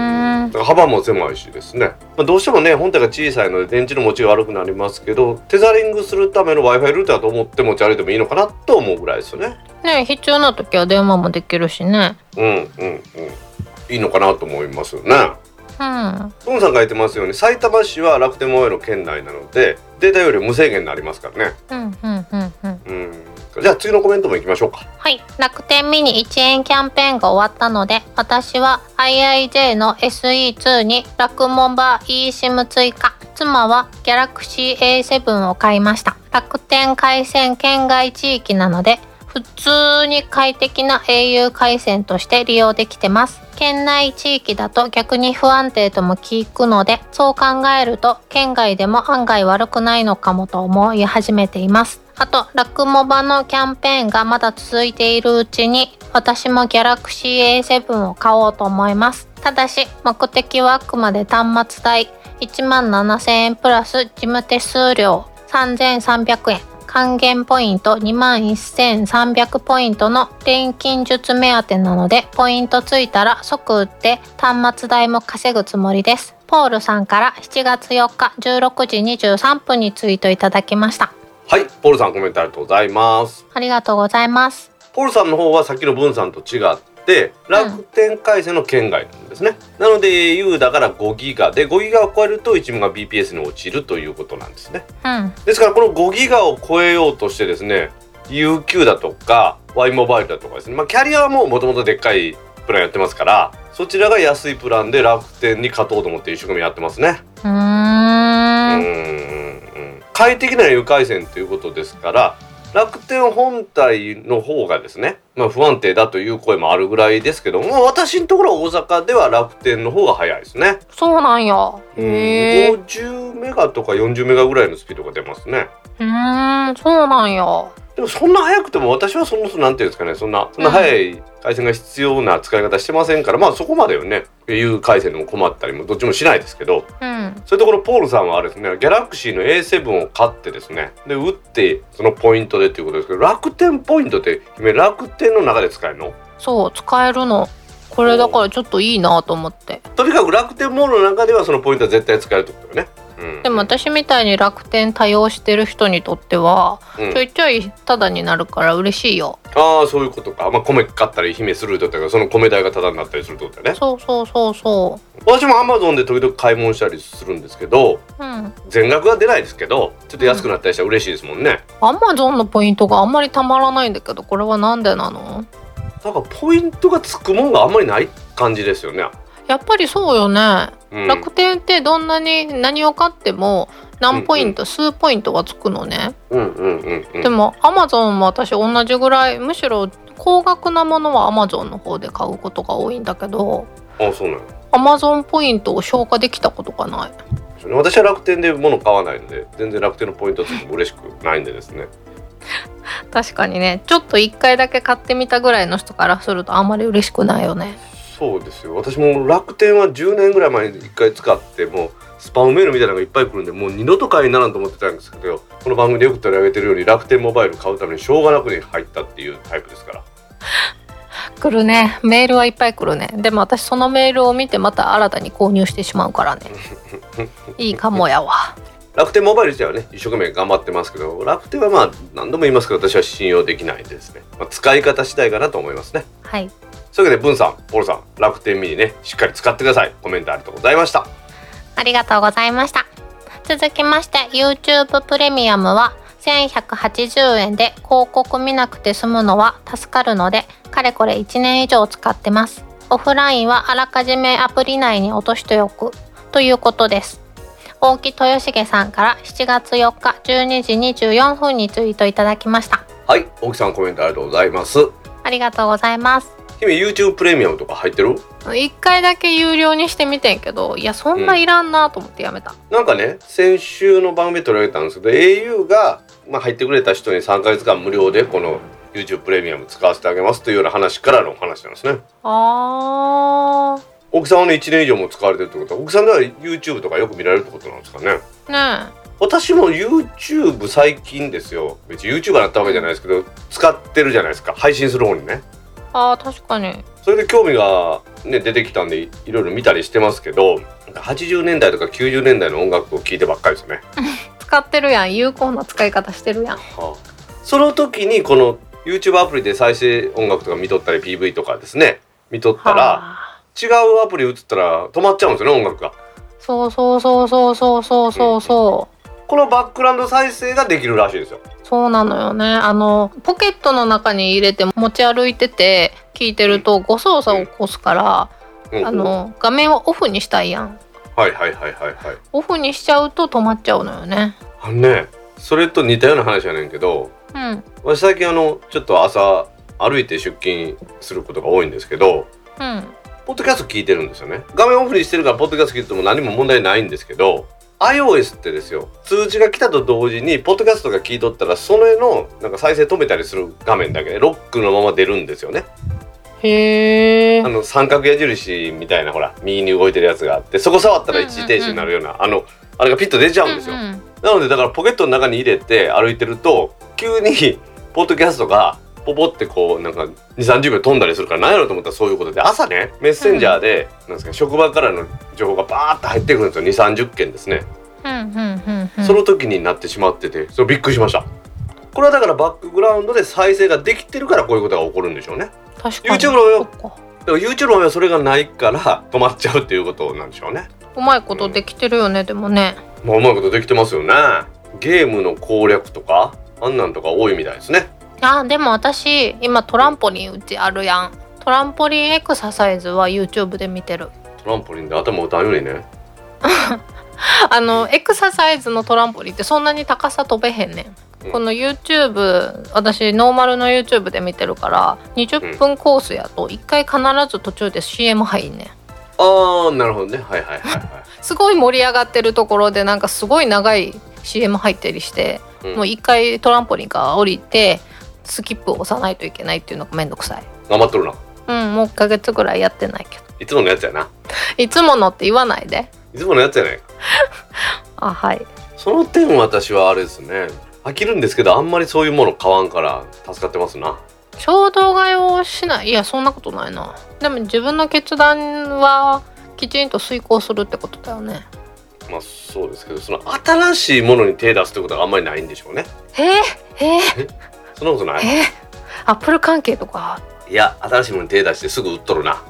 ん。 だから幅も狭いしですね、まあ、どうしてもね本体が小さいので電池の持ちが悪くなりますけど、テザリングするための Wi-Fi ルーターと思って持ち歩いてもいいのかなと思うぐらいですよね。 ね、必要な時は電話もできるしね。 うんうんうん、いいのかなと思いますよね。 うん。 トンさん書いてますように、埼玉市は楽天モバイルの圏内なのでデータ容量無制限になりますからね。 うんうんうんうん。 うん、じゃあ次のコメントもいきましょうか。 はい、楽天ミニいちえんキャンペーンが終わったので、私は アイアイジェー の エスイーツー に楽モバ eSIM 追加、妻は Galaxy エーセブン を買いました。楽天回線圏外地域なので普通に快適な エーユー 回線として利用できてます。県内地域だと逆に不安定とも聞くので、そう考えると県外でも案外悪くないのかもと思い始めています。あと、ラクモバのキャンペーンがまだ続いているうちに、私も Galaxy エーセブン を買おうと思います。ただし、目的はあくまで端末代いちまんななせんえんプラス事務手数料さんぜんさんびゃくえん、還元ポイントにまんせんさんびゃくポイントの錬金術目当てなので、ポイントついたら即売って端末代も稼ぐつもりです。ポールさんからしちがつよっかじゅうろくじにじゅうさんぷんにツイートいただきました。 はい、ポールさんコメントありがとうございます。 ありがとうございます。 ポールさんの方はさっきの文さんと違って楽天回線の圏外なんですね、うん、なので エーユー だからごギガでごギガを超えるといちが ビーピーエス に落ちるということなんですね、 うん、 ですからこのごギガを超えようとしてですね ユーキュー だとか Y モバイルだとかですね、まあ、キャリアはもうもともとでっかいプランやってますから、そちらが安いプランで楽天に勝とうと思って一生懸命やってますね。 うーん、うーん、快適な エーユー 回線ということですから、楽天本体の方がですね、まあ、不安定だという声もあるぐらいですけども、私のところ大阪では楽天の方が早いですね。 そうなんや。へーごじゅうメガとかよんじゅうメガぐらいのスピードが出ますね。 うーん、そうなんや。 でもそんな早くても私はそのなんていうんですかね、そんなそんな早い回線が必要な使い方してませんから、うん、まあそこまでよね エーユー 回線でも困ったりもどっちもしないですけど、 うん、 そういうところポールさんはあれですね、ギャラクシーの エーセブン を買ってですね、で売ってそのポイントでっていうことですけど、楽天ポイントって君楽天の中で使えるの？ そう、使えるの。これだからちょっといいなと思って。とにかく楽天モールの中ではそのポイントは絶対使えるってことよね。うん、 でも私みたいに楽天多用してる人にとっては、うん、ちょいちょいタダになるから嬉しいよ。 ああ、そういうことか。まあ米買ったり姫するとか、その米代がタダになったりするってことだね。 そうそうそうそう。 私もアマゾンで時々買い物したりするんですけど、うん、全額は出ないですけどちょっと安くなったりしたら嬉しいですもんね。 アマゾンのポイントがあんまりたまらないんだけど、これはなんでなの？ なんかポイントがつくもんがあんまりない感じですよね。 やっぱりそうよね、うん、楽天ってどんなに何を買っても何ポイント、うんうん、数ポイントがつくのね、 うんうんうんうん、 でもアマゾンも私同じぐらい、むしろ高額なものはアマゾンの方で買うことが多いんだけど、 あ、そうなの？ アマゾンポイントを消化できたことがない。 私は楽天で物買わないので全然楽天のポイントついても嬉しくないんでですね確かにね、ちょっといっかいだけ買ってみたぐらいの人からするとあんまり嬉しくないよね。 そうですよ。私も楽天はじゅうねんぐらい前にいっかい使ってもうスパムメールみたいなのがいっぱい来るんで、もう二度と買いにならんと思ってたんですけど、この番組でよく取り上げてるように楽天モバイル買うためにしょうがなくに入ったっていうタイプですから来るね、メールはいっぱい来るね。でも私そのメールを見てまた新たに購入してしまうからねいいかもやわ。 楽天モバイル自体はね一生懸命頑張ってますけど、楽天はまあ何度も言いますけど私は信用できないんでですね、まあ、使い方次第かなと思いますね。 はい。 そういうわけで文さん、ポールさん、楽天ミニねしっかり使ってください。コメントありがとうございました。 ありがとうございました。続きまして YouTube プレミアムはせんひゃくはちじゅうえんで広告見なくて済むのは助かるので、かれこれいちねん以上使ってます。オフラインはあらかじめアプリ内に落としておくということです。大木豊重さんからしちがつよっかじゅうにじにじゅうよんぷんにツイートいただきました。 はい、大木さんコメントありがとうございます。 ありがとうございます。 君 YouTube プレミアムとか入ってる？ いっかいだけ有料にしてみてんけど、いやそんないらんなと思ってやめた、 うん、なんかね先週の番組で取り上げたんですけど エーユー が、まあ、入ってくれた人にさんかげつかん無料でこの YouTube プレミアム使わせてあげますというような話からの話なんですね。 あー、 奥さんはねいちねん以上も使われてるってことは、奥さんでは YouTube とかよく見られるってことなんですかね。 ねえ、 私も YouTube 最近ですよ。別に YouTuber になったわけじゃないですけど使ってるじゃないですか、配信する方にね。 あー確かに。 それで興味が、ね、出てきたんでいろいろ見たりしてますけど、なんかはちじゅうねんだいとかきゅうじゅうねんだいの音楽を聴いてばっかりですよね。 使ってるやん、有効な使い方してるやん。 はあ、その時にこの YouTube アプリで再生音楽とか見とったり ピーブイ とかですね見とったら、はあ、違うアプリ移ったら止まっちゃうんですよね、音楽が。 そうそうそうそうそうそうそうそう、 うん、このバックグラウンド再生ができるらしいですよ。 そうなのよね。あのポケットの中に入れて持ち歩いてて聞いてると誤操作を起こすから、うんうん、あの画面をオフにしたいやん。 はいはいはいはいはい。 オフにしちゃうと止まっちゃうのよね。 あのね、それと似たような話やねんけど、うん、私最近あのちょっと朝歩いて出勤することが多いんですけど、うん、ポッドキャスト聞いてるんですよね。画面オフにしてるからポッドキャスト聞いてても何も問題ないんですけど、 iOS ってですよ、通知が来たと同時にポッドキャストが聞いとったらそれのなんか再生止めたりする画面だけでロックのまま出るんですよね。 へー。 あの三角矢印みたいなほら右に動いてるやつがあって、そこ触ったら一時停止になるような、うんうんうん、あのあれがピッと出ちゃうんですよ、うんうん、なのでだからポケットの中に入れて歩いてると急にポッドキャストがポポってこうなんかにじゅうさんじゅうびょう飛んだりするから、何やろうと思ったらそういうことで、朝ねメッセンジャーで、うん、なんですか、職場からの情報がバーッと入ってくるんですよ。にじゅうさんじゅっけんですね、うんうんうんうん、その時になってしまってて、それびっくりしました。これはだからバックグラウンドで再生ができてるからこういうことが起こるんでしょうね。 確かに YouTube の場合は、だから YouTube の場合はそれがないから止まっちゃうっていうことなんでしょうね。 うまいことできてるよね、うん、でもね、 まあ、うまいことできてますよね。ゲームの攻略とかあんなんとか多いみたいですね。 あ、でも私今トランポリンうちあるやん。トランポリンエクササイズは YouTube で見てる。 トランポリンで頭打たんようにねあのエクササイズのトランポリンってそんなに高さ飛べへんねん、うん、この YouTube 私ノーマルの YouTube で見てるからにじゅっぷんコースやといっかい必ず途中で シーエム 入んねん。 あーなるほどね、はいはいはいはいすごい盛り上がってるところでなんかすごい長い シーエム 入ったりして、うん、もういっかいトランポリンから降りてスキップを押さないといけないっていうのがめんどくさい。 頑張っとるな。 うん、もういっかげつぐらいやってないけど。 いつものやつやな。 いつものって言わないで。 いつものやつやねあ、はい。 その点私はあれですね、飽きるんですけどあんまりそういうもの買わんから助かってますな。 衝動買いをしない。いやそんなことないな。でも自分の決断はきちんと遂行するってことだよね。 まあそうですけど、その新しいものに手出すってことがあんまりないんでしょうね。 えー、えー、 えそんなことない。 えー、アップル関係とか。 いや新しいものに手出してすぐ売っとるな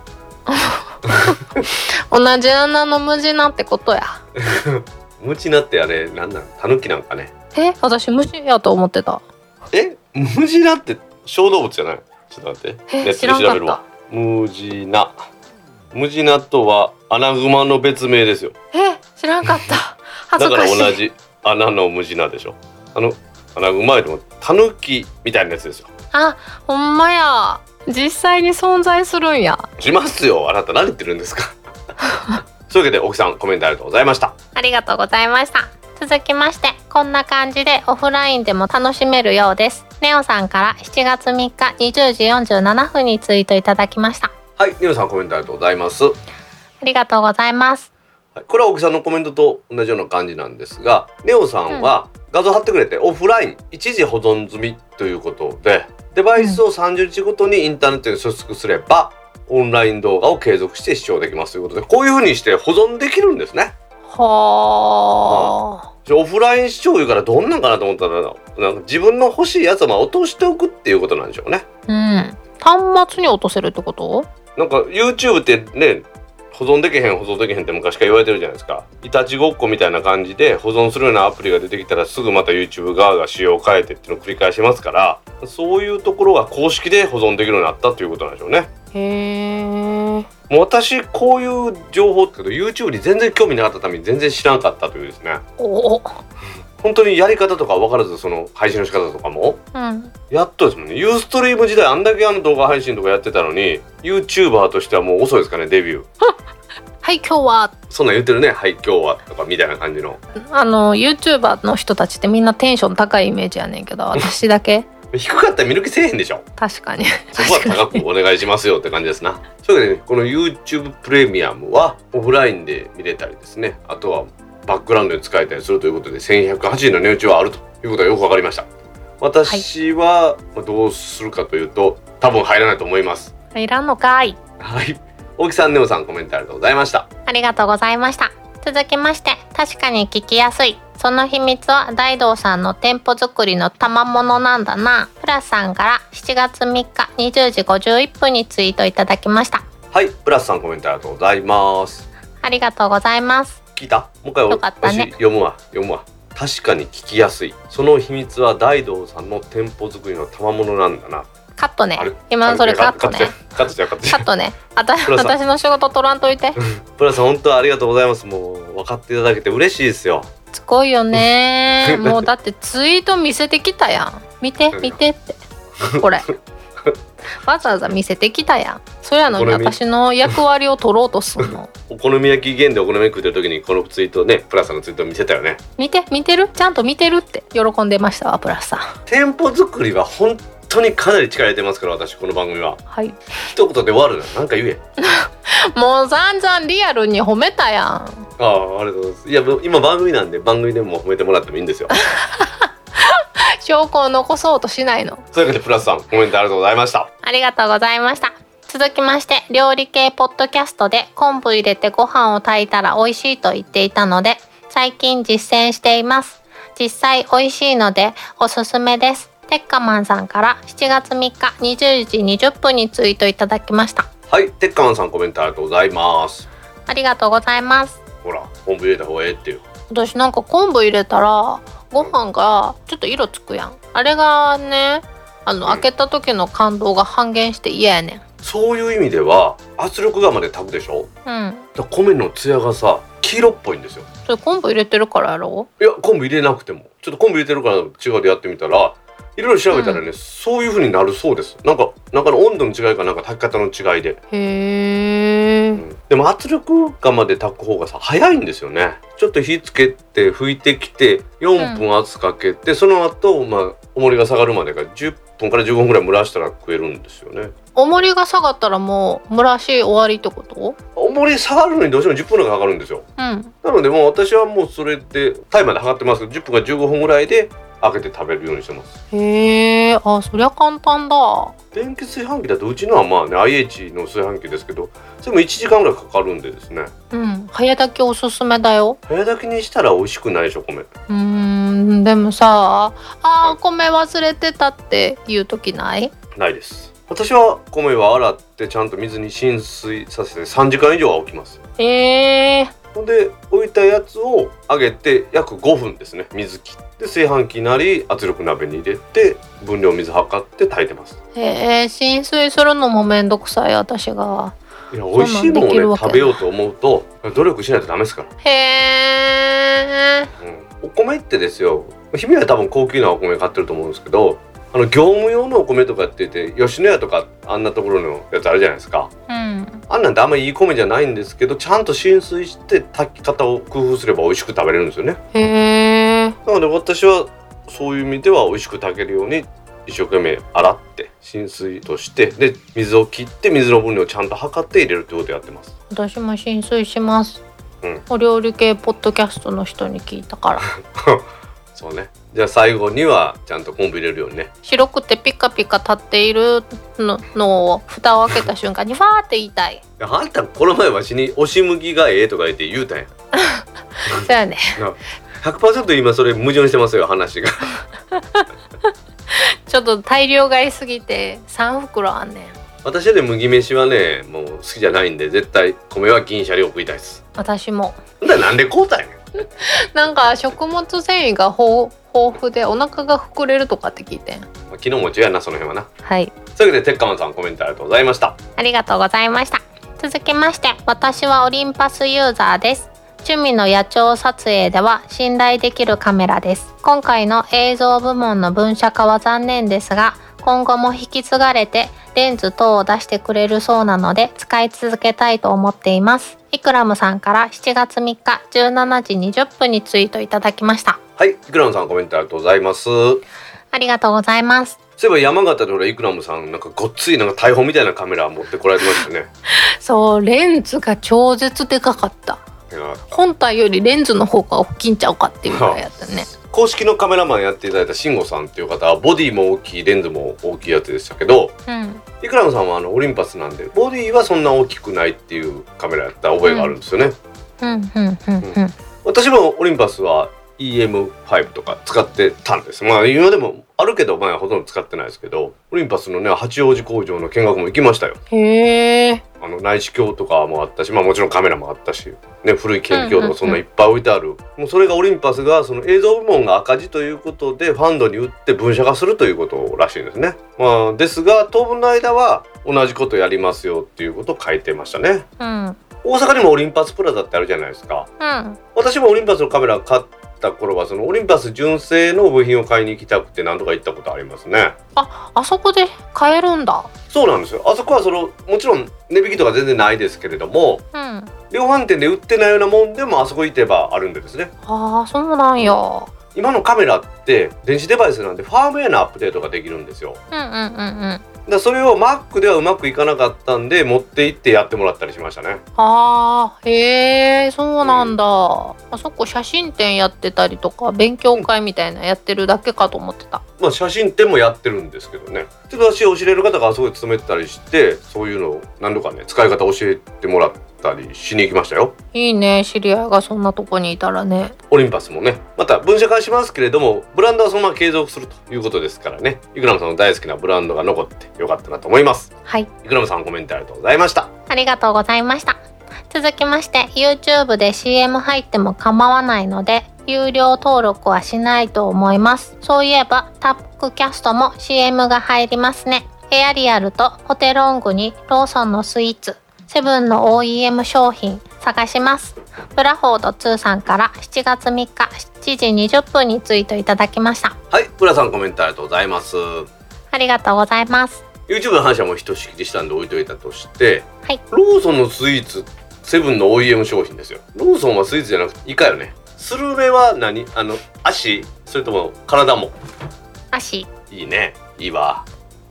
同じ穴の無地なってことや無地なってあれなんなん、タヌキなんかね。 え私無地やと思ってた。 え無地なって小動物じゃない？ちょっと待って、ネットで調べるわ。無地な、無地なとはアナグマの別名ですよ。 え知らんかった恥ずかしい。 だから同じ穴の無地なでしょ。あのアナグマよりもタヌキみたいなやつですよ。 あ、ほんまや、実際に存在するんや。 しますよ、あなた何言ってるんですかそういうわけで奥さんコメントありがとうございました。 ありがとうございました。続きましてこんな感じでオフラインでも楽しめるようです。ネオさんからしちがつみっかにじゅうじよんじゅうななふんにツイートいただきました。 はい、ネオさんコメントありがとうございます。 ありがとうございます。 はい、これは奥さんのコメントと同じような感じなんですが、ネオさんは画像貼ってくれて、うん、オフライン一時保存済みということで、デバイスをさんじゅうにちごとにインターネットに接続すれば、うん、オンライン動画を継続して視聴できますということで、こういう風にして保存できるんですね。 はあ、 うん、オフライン視聴いうからどんなんかなと思ったら、なんか自分の欲しいやつをまあ落としておくっていうことなんでしょうね。 うん、端末に落とせるってこと？ なんか YouTube ってね、保存できへん保存できへんって昔から言われてるじゃないですか。いたちごっこみたいな感じで保存するようなアプリが出てきたらすぐまた YouTube 側が仕様を変えてっていうのを繰り返しますから、そういうところが公式で保存できるようになったっていうことなんでしょうね。 へー。 もう私こういう情報ってけど YouTube に全然興味なかったために全然知らなかったというですね。 お本当にやり方とか分からず、その配信の仕方とかも、うん、やっとですもんね。ユーストリーム時代あんだけあの動画配信とかやってたのに YouTuber としてはもう遅いですかね、デビューはい今日はそんなん言ってるね。はい今日はとかみたいな感じの、 あの YouTuber の人たちってみんなテンション高いイメージやねんけど私だけ低かったら見抜きせえへんでしょ。 確かにそこは高くお願いしますよって感じですな。そういうわけで、ね、この YouTube プレミアムはオフラインで見れたりですね、あとはバックグラウンドに使えたりするということでせんひゃくはちじゅうえんの値打ちはあるということがよくわかりました。私はどうするかというと、 多分入らないと思います。 入らんのかい。 はい。大木さん、ネオさん、コメントありがとうございました。 ありがとうございました。続きまして、確かに聞きやすい。その秘密は大道さんの店舗作りの賜物なんだな。プラスさんからしちがつみっかにじゅうじごじゅういっぷんにツイートいただきました。 はい、プラスさん、コメントありがとうございます。 ありがとうございます。 聞いた？もう一回よかったね。 読むわ読むわ。確かに聞きやすい。その秘密は大道さんの店舗作りの賜物なんだな。 カットね。今のそれカットね。 カットしちゃうカットしちゃう。 カットね。あた私の仕事取らんといて。 プラスさん、本当はありがとうございます。もう分かっていただけて嬉しいですよ。 すごいよね。もうだってツイート見せてきたやん。見て見てってこれわざわざ見せてきたやん。そやのに私の役割を取ろうとすんの。 お好み焼き限でお好み焼き食ってる時にこのツイートね、プラスさんのツイート見せたよね。 見て見てる、ちゃんと見てるって喜んでましたわ、プラスさん。 店舗作りは本当にかなり力入れてますから、私この番組は。 はい。 一言で終わるな。なんか言え。 もう散々リアルに褒めたやん。 ああ、ありがとうございます。いや、今番組なんで番組でも褒めてもらってもいいんですよ。 証拠を残そうとしないの。 そういうわけでプラスさん、コメントありがとうございました。 ありがとうございました。続きまして、料理系ポッドキャストで昆布入れてご飯を炊いたら美味しいと言っていたので、最近実践しています。実際美味しいのでおすすめです。テッカマンさんからしちがつみっかにじゅうじにじゅっぷんにツイートいただきました。 はい、テッカマンさん、コメントありがとうございます。 ありがとうございます。 ほら、昆布入れた方がええっていう。 私なんか昆布入れたらご飯がちょっと色つくやん。あれがね、あの、うん、開けた時の感動が半減して嫌やねん。 そういう意味では圧力釜で炊くでしょ。うん。だ米のツヤがさ、黄色っぽいんですよ。 それ昆布入れてるからやろ？ いや、昆布入れなくても、ちょっと昆布入れてるから違うでやってみたら、いろいろ調べたらね、うん、そういう風になるそうです。なんか中の温度の違いかなんか炊き方の違いで。へー、うん、でも圧力釜で炊く方がさ早いんですよね。ちょっと火つけて拭いてきてよんぷん圧かけて、うん、その後まあ重りが下がるまでがじゅっぷんからじゅうごふんぐらい蒸らしたら食えるんですよね。 重りが下がったらもう蒸らし終わりってこと？ 重り下がるのにどうしてもじゅっぷんぐらいかかるんですよ。うん、なのでもう私はもうそれでタイマーで測ってますけど、じゅっぷんからじゅうごふんぐらいで開けて食べるようにしてます。 へー、あ、そりゃ簡単だ。 電気炊飯器だとうちのはまあね アイエイチ の炊飯器ですけど、それもいちじかんぐらいかかるんでですね。 うん、早炊きおすすめだよ。 早炊きにしたら美味しくないでしょ、米。 うーん、でもさ、あー米忘れてたっていう時ない？ ないです。私は米は洗ってちゃんと水に浸水させてさんじかん以上は置きます。へー。ほんで置いたやつを揚げて約ごふんですね、水切って炊飯器なり圧力鍋に入れて分量水測って炊いてます。 へえ、浸水するのもめんどくさい私が。 いや、美味しいものをね食べようと思うと努力しないとダメですから。 へえ、 うん、お米ってですよ、姫は多分高級なお米買ってると思うんですけど、あの業務用のお米とかって言って吉野家とかあんなところのやつあるじゃないですか、うん、あんなんてあんまりいい米じゃないんですけど、ちゃんと浸水して炊き方を工夫すれば美味しく食べれるんですよね。へー。なので私はそういう意味では美味しく炊けるように一生懸命洗って浸水として、で水を切って水の分量をちゃんと測って入れるってことをやってます。 私も浸水します、うん、お料理系ポッドキャストの人に聞いたからそうね。じゃあ最後にはちゃんと昆布入れるようにね。 白くてピカピカ立っている の, のを蓋を開けた瞬間にファーって言いたい。 いや、あんたこの前わしに押し麦がええとか言って言うたんやそうやね。 ひゃくパーセント 今それ矛盾してますよ、話がちょっと大量買いすぎてさん袋あんねん。 私はね、麦飯はねもう好きじゃないんで、絶対米は銀シャリを食いたいです。 私も。 なんでこうたんやなんか食物繊維が豊富でお腹が膨れるとかって聞いてん。 昨日も違うな、その辺はな。 はい。 というわけでテッカマンさん、コメントありがとうございました。 ありがとうございました。続きまして、私はオリンパスユーザーです。趣味の野鳥撮影では信頼できるカメラです。今回の映像部門の分社化は残念ですが、今後も引き継がれてレンズ等を出してくれるそうなので使い続けたいと思っています。イクラムさんからしちがつみっかじゅうしちじにじゅっぷんにツイートいただきました。 はい、イクラムさん、コメントありがとうございます。 ありがとうございます。 そういえば山形でほらイクラムさんなんかごっついなんか大砲みたいなカメラ持ってこられてましたね。 そう、レンズが超絶でかかった。 本体よりレンズの方が大きいんちゃうかっていうぐらいやったね。 公式のカメラマンやっていただいた慎吾さんっていう方はボディも大きいレンズも大きいやつでしたけど、 うん、 イクラムさんはあのオリンパスなんでボディはそんな大きくないっていうカメラやった覚えがあるんですよね。 うんうんうんうんうん、 私もオリンパスは イーエムファイブ とか使ってたんです。まあ今でもあるけど、まあほとんど使ってないですけど、オリンパスのね八王子工場の見学も行きましたよ。 へー。 あの内視鏡とかもあったし、まあもちろんカメラもあったし、ね、古い顕微鏡とかそんないっぱい置いてある、うんうんうん、もうそれがオリンパスがその映像部門が赤字ということでファンドに売って分社化するということらしいんですね。まあですが当分の間は同じことやりますよっていうことを書いてましたね。 うん、 大阪にもオリンパスプラザってあるじゃないですか。 うん、 私もオリンパスのカメラ買った頃はそのオリンパス純正の部品を買いに行きたくて何度か行ったことありますね。 あ、あそこで買えるんだ。そうなんですよ。あそこはそのもちろん値引きとか全然ないですけれども、 うん、 量販店で売ってないようなもんでもあそこ行けばあるんでですね。 ああ、そうなんや。 今のカメラって電子デバイスなんでファームウェアのアップデートができるんですよ。 うんうんうんうん。 だそれを Mac ではうまくいかなかったんで持って行ってやってもらったりしましたね。 あー、へえ、そうなんだ、うん、あそこ写真展やってたりとか勉強会みたいなやってるだけかと思ってた、 うん、まあ写真展もやってるんですけどね。ちょっと私教える方があそこで勤めてたりしてそういうのを何度かね使い方教えてもらったりしに行きましたよ。 いいね、知り合いがそんなとこにいたらね。 オリンパスもねまた分社化しますけれどもブランドはそのまま継続するということですからね、イクラムさんの大好きなブランドが残ってよかったなと思います。 はい、 イクラムさんコメントありがとうございました。 ありがとうございました。続きまして YouTube で シーエム 入っても構わないので有料登録はしないと思います。そういえばタックキャストも シーエム が入りますね。エアリアルとホテロングにローソンのスイーツ、セブンの オーイーエム 商品探します。ブラフォードツーさんからしちがつみっかしちじにじゅっぷんにツイートいただきました。 はい、ブラさんコメントありがとうございます。 ありがとうございます。 YouTube の話はもうひとしきりしたんで置いといたとして、 はい、 ローソンのスイーツセブンの オーイーエム 商品ですよ。ローソンはスイーツじゃなくてイカよね。スルメは何？あの足？それとも体も？ 足。 いいね、いいわ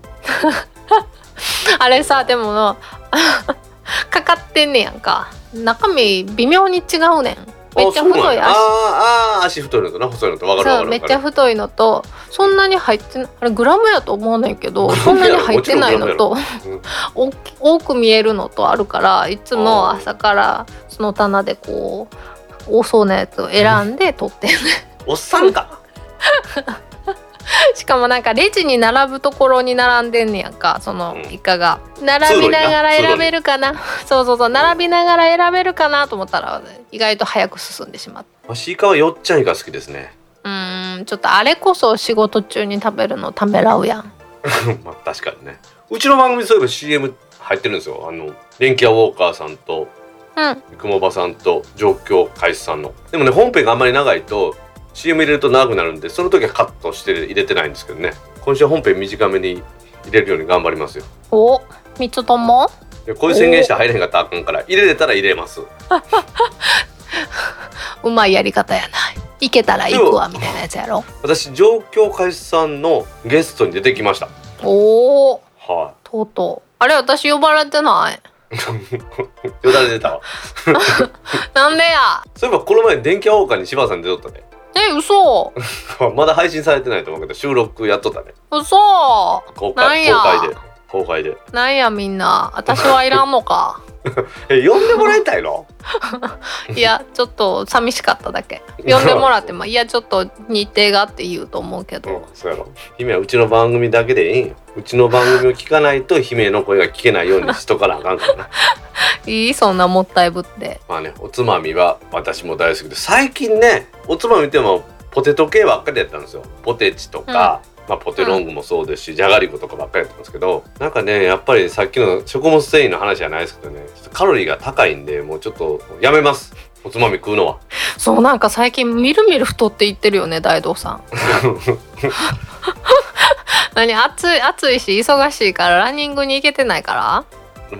あれさ、でもかかってんねやんか。中身微妙に違うねん。めっちゃ太い足。 ああ、足太いのとな細いのと分かる分かる。 めっちゃ太いのとそんなに入ってない、あれグラムやと思うねんけどそんなに入ってないのと、うん、多く見えるのとあるから、いつも朝からその棚でこう多そうなやつを選んで取ってんねおっさんかしかもなんかレジに並ぶところに並んでんねやんか、そのイカが、うん、並びながら選べるかなそうそうそう、並びながら選べるかなと思ったら意外と早く進んでしまった。 私イカはよっちゃんイカ好きですね。 うーん、ちょっとあれこそ仕事中に食べるのためらうやんまあ確かにね。うちの番組そういえば シーエム 入ってるんですよ。あの電気屋ウォーカーさんとくもばさんと状況開始さんの。でもね本編があんまり長いとシーエム 入れると長くなるんで、その時はカットして入れてないんですけどね。今週は本編短めに入れるように頑張りますよ。 お、みっつともこういう宣言して入れへんかったらあかんから、入れれたら入れますうまいやり方やない。いけたら行くわみたいなやつやろ。 私状況開始さんのゲストに出てきました。 おお、 はい、 とうとう。あれ、私呼ばれてないよだれ出たわなんでや。 そういえばこの前電気屋ウォーカーに柴田さん出とったね。 え、嘘まだ配信されてないと思うけど収録やっとったね。 嘘。 公開、公開で公開で。 なんやみんな、私はいらんのかえ、呼んでもらいたいのいや、ちょっと寂しかっただけ。呼んでもらってもいやちょっと日程がって言うと思うけど、うん、 そうやろ。姫はうちの番組だけでいいんよ。うちの番組を聞かないと姫の声が聞けないようにしとかなあかんからな。 いい、そんなもったいぶって。 まあね、おつまみは私も大好きで、最近ねおつまみってもポテト系ばっかりやったんですよ。ポテチとか、うん、まあ、ポテロングもそうですし、うん、じゃがりことかばっかりやってますけど、なんかねやっぱりさっきの食物繊維の話じゃないですけどね、ちょっとカロリーが高いんでもうちょっとやめます、おつまみ食うのは。 そう、なんか最近みるみる太っていってるよね、大道さん何、暑い暑いし忙しいからランニングに行けてないから。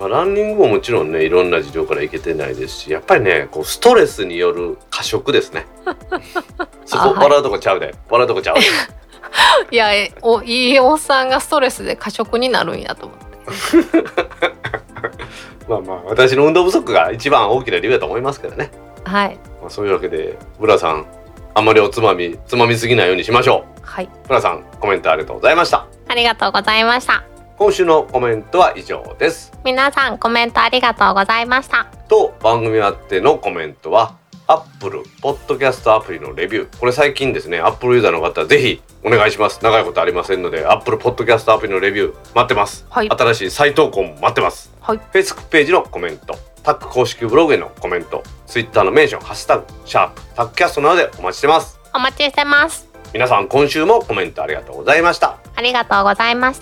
まあ、ランニングももちろんねいろんな事情から行けてないですし、やっぱりねこうストレスによる過食ですねそこ笑うとこちゃうで、はい、笑うとこちゃうでいや、おいいおっさんがストレスで過食になるんやと思ってまあまあ私の運動不足が一番大きな理由だと思いますけどね。 はい、 まあ、そういうわけでブラさん、あまりおつまみつまみすぎないようにしましょう。 はい、 ブラさん、コメントありがとうございました。 ありがとうございました。 今週のコメントは以上です。 皆さんコメントありがとうございました。 と番組あってのコメントは Apple Podcast アプリのレビュー、これ最近ですね Apple ユーザーの方ぜひお願いします。長いことありませんので Apple Podcast アプリのレビュー待ってます、はい、新しい再投稿も待ってます、はい、Facebook ページのコメント、タック公式ブログへのコメント、 Twitter のメンション、ハッシュタグシャープタックキャストなどでお待ちしてます。 お待ちしてます。 皆さん今週もコメントありがとうございました。 ありがとうございました。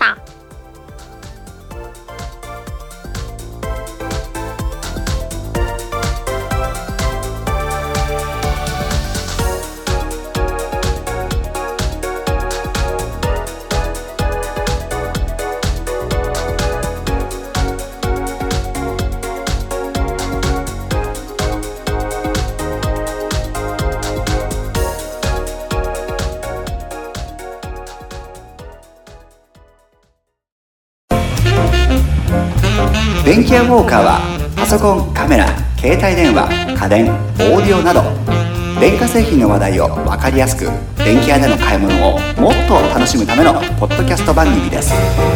電気屋ウォーカーはパソコン、カメラ、携帯電話、家電、オーディオなど電化製品の話題を分かりやすく電気屋での買い物をもっと楽しむためのポッドキャスト番組です。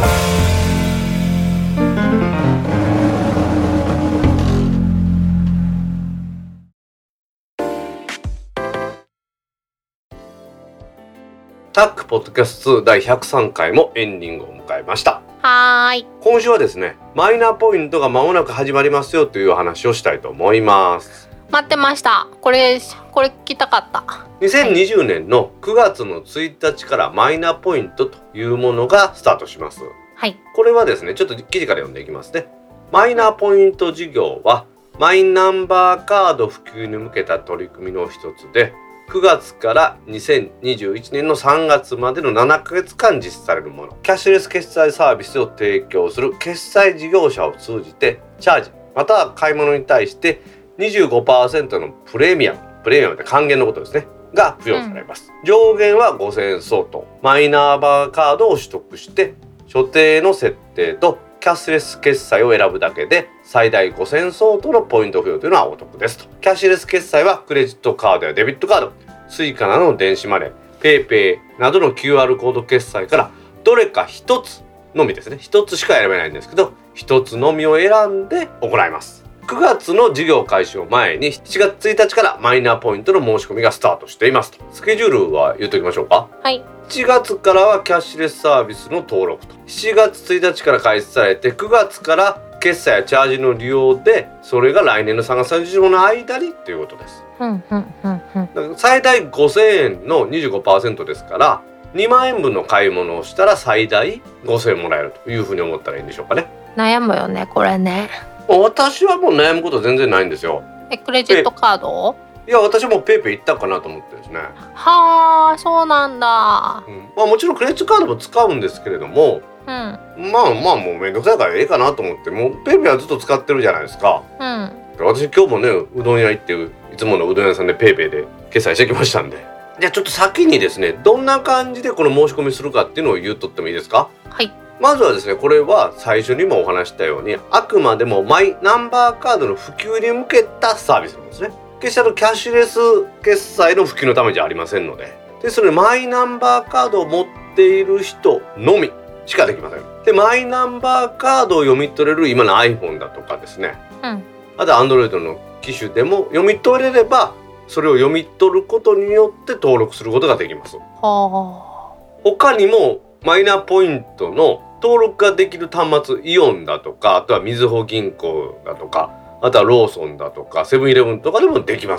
タックポッドキャストだいひゃくさんかいもエンディングを迎えました。 はーい。 今週はですね、マイナポイントが間もなく始まりますよという話をしたいと思います。 待ってました。これこれ聞きたかった。 にせんにじゅうねんのくがつのついたちからマイナポイントというものがスタートします。 はい。 これはですね、ちょっと記事から読んでいきますね。マイナポイント事業はマイナンバーカード普及に向けた取り組みの一つで、くがつからにせんにじゅういちねんのさんがつまでのななかげつかん実施されるもの。キャッシュレス決済サービスを提供する決済事業者を通じてチャージまたは買い物に対して にじゅうごパーセント のプレミアムプレミアムって還元のことですねが付与されます、うん、上限はごせんえん相当。マイナンバーカードを取得して所定の設定とキャッシュレス決済を選ぶだけで最大ごせん相当のポイント付与というのはお得ですと。キャッシュレス決済はクレジットカードやデビットカード、スイカなどの電子マネー、ペイペイなどの キューアール コード決済からどれか一つのみですね。一つしか選べないんですけど、一つのみを選んで行います。くがつの事業開始を前にしちがつついたちからマイナポイントの申し込みがスタートしていますと。スケジュールは言っておきましょうか。 はい。 しちがつからはキャッシュレスサービスの登録と。しちがつついたちから開始されてくがつから決済やチャージの利用で、それが来年のさんがつさんじゅういちにちの間にということです。 うんうんうんうん、 最大ごせんえんの にじゅうごパーセント ですからにまんえんぶんの買い物をしたら最大ごせんえんもらえるというふうに思ったらいいんでしょうかね。 悩むよねこれね。 私はもう悩むこと全然ないんですよ。 えクレジットカード？ いや私もペイペイ行ったかなと思ってですね。 はあそうなんだ、 うんまあ、もちろんクレジットカードも使うんですけれども、 うん、まあまあもうめんどくさいからええかなと思ってもうペイペイはずっと使ってるじゃないですか、 うん、 私今日もねうどん屋行っていつものうどん屋さんでペイペイで決済してきましたんで、じゃあちょっと先にですねどんな感じでこの申し込みするかっていうのを言うとってもいいですか。 はい。 まずはですねこれは最初にもお話したようにあくまでもマイナンバーカードの普及に向けたサービスなんですね。決してキャッシュレス決済の普及のためじゃありませんので、でそれマイナンバーカードを持っている人のみしかできません。でマイナンバーカードを読み取れる今の iPhone だとかですね、 うん、 あと Android の機種でも読み取れればそれを読み取ることによって登録することができます。はあ、 他にもマイナポイントの登録ができる端末イオンだとかあとはみずほ銀行だとかあとはローソンだとかセブンイレブンとかでもできます。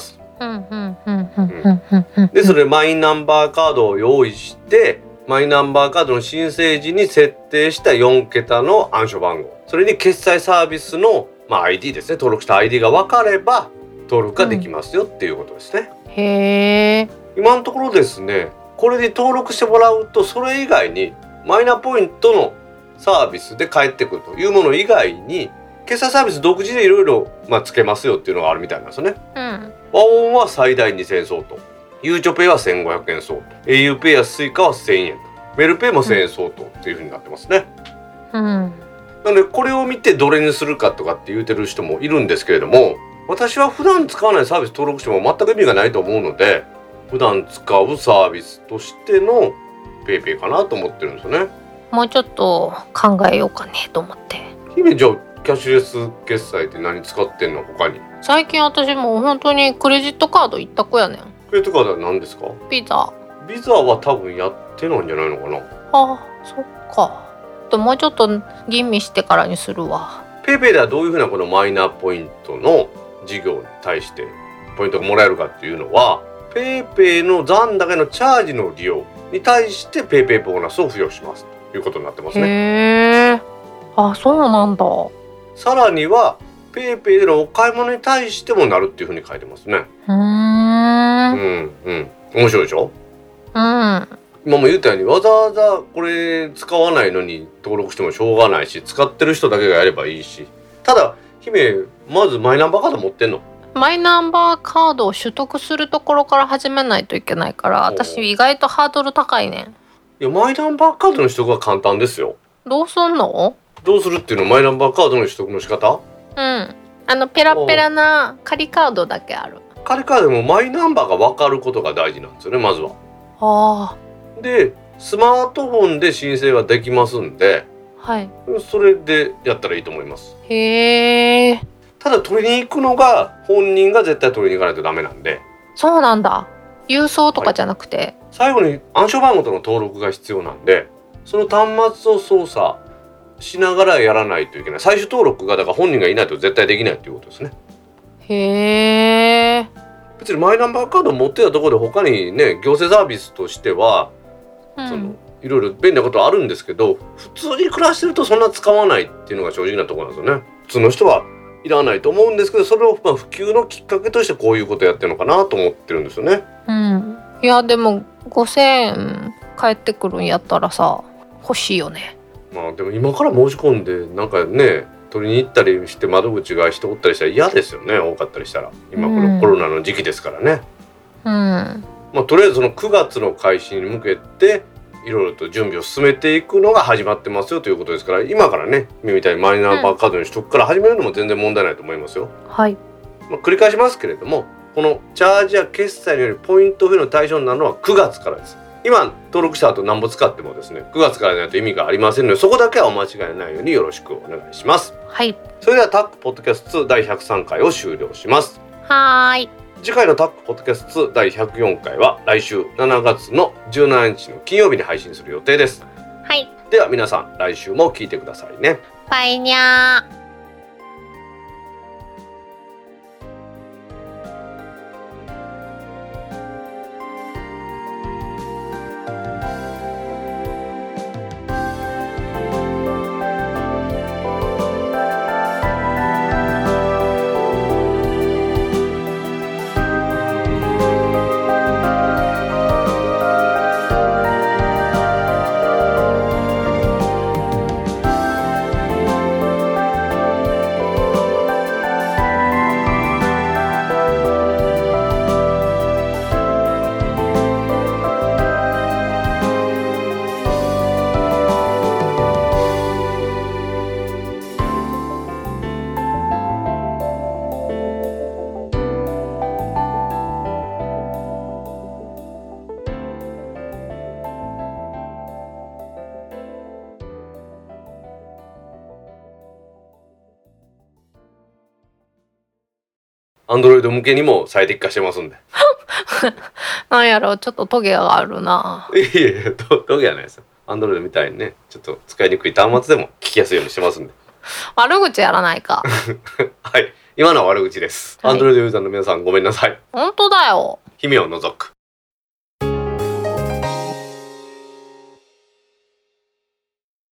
でそれマイナンバーカードを用意してマイナンバーカードの申請時に設定したよんけたの暗証番号、それに決済サービスの、まあ、アイディー ですね、登録した アイディー が分かれば登録ができますよっていうことですね、 うん、へー。 今のところですねこれで登録してもらうとそれ以外にマイナポイントのサービスで返ってくるというもの以外に決済サービス独自でいろいろつけますよっていうのがあるみたいなんですよね、 うん、 ワオンは最大にせんえん相当、ゆうちょペイはせんごひゃくえん相当、 auPay やスイカはせんえん、メルペイもせんえん相当っていう風になってますね、 うん、 なのでこれを見てどれにするかとかって言うてる人もいるんですけれども、 私は普段使わないサービス登録しても全く意味がないと思うので、普段使うサービスとしての PayPay かなと思ってるんですよね。 もうちょっと考えようかねと思って。 姫、じゃあキャッシュレス決済って何使ってんの？他に。 最近私もう本当にクレジットカード一択やねん。 クレジットカードは何ですか？ ビザ。 ビザは多分やってないんじゃないのかな。 ああ、そっか。ともうちょっと吟味してからにするわ。 PayPay ではどういうふうなこのマイナポイントの事業に対してポイントがもらえるかっていうのは、PayPay の残高のチャージの利用に対して PayPay ボーナスを付与しますということになってますね。 へー、あ、そうなんだ。 さらには PayPay でのお買い物に対してもなるっていうふうに書いてますね。 うーん、 うんうん、面白いでしょ。 うん。 今も言ったように、わざわざこれ使わないのに登録してもしょうがないし、使ってる人だけがやればいいし。ただ姫、まずマイナンバーカード持ってんの？ マイナンバーカードを取得するところから始めないといけないから、私意外とハードル高いねん。 いや、マイナンバーカードの取得は簡単ですよ。 どうすんの？ どうするっていうのはマイナンバーカードの取得の仕方？ うん、あのペラペラな仮カードだけある。 仮カードでもマイナンバーが分かることが大事なんですよね、まずは。 ああ。で、スマートフォンで申請はできますんで、 はい、 それでやったらいいと思います。 へー。 ただ取りに行くのが本人が絶対取りに行かないとダメなんで。 そうなんだ。郵送とかじゃなくて、はい、 最後に暗証番号との登録が必要なんで、その端末を操作しながらやらないといけない。最終登録がだから本人がいないと絶対できないということですね。 へー。 別にマイナンバーカードを持ってたところで他にね、行政サービスとしては、うん、そのいろいろ便利なことはあるんですけど、普通に暮らしてるとそんな使わないっていうのが正直なところなんですよね。普通の人はいらないと思うんですけど、それをまあ普及のきっかけとしてこういうことやってるのかなと思ってるんですよね。 うん。いやでもごせんえん返ってくるんやったらさ、欲しいよね。 まあでも今から申し込んでなんかね、取りに行ったりして窓口が人おったりしたら嫌ですよね、多かったりしたら。今このコロナの時期ですからね。うん。まあとりあえずそのくがつの開始に向けていろいろと準備を進めていくのが始まってますよということですから、今からね、今みたいにマイナンバーカードの取得から始めるのも全然問題ないと思いますよ。 はい。 まあ、繰り返しますけれども、このチャージや決済によるポイント付与の対象になるのはくがつからです。今登録した後何ぼ使ってもですね、くがつからないと意味がありませんので、そこだけはお間違いないようによろしくお願いします。 はい。 それではタックポッドキャストツーだいひゃくさんかいを終了します。 はーい。 次回のタックポッドキャストツーだいひゃくよんかいは来週しちがつのじゅうしちにちの金曜日に配信する予定です。 はい。 では皆さん来週も聞いてくださいね。 バイニャー。 アンドロイド向けにも最適化してますんで。 なんやろ、ちょっとトゲがあるな。 いやいや、トゲはないですよ。アンドロイドみたいにね、ちょっと使いにくい端末でも聞きやすいようにしてますんで。 悪口やらないか。 はい、今のは悪口です。アンドロイドユーザーの皆さんごめんなさい。 本当だよ。 姫を除く。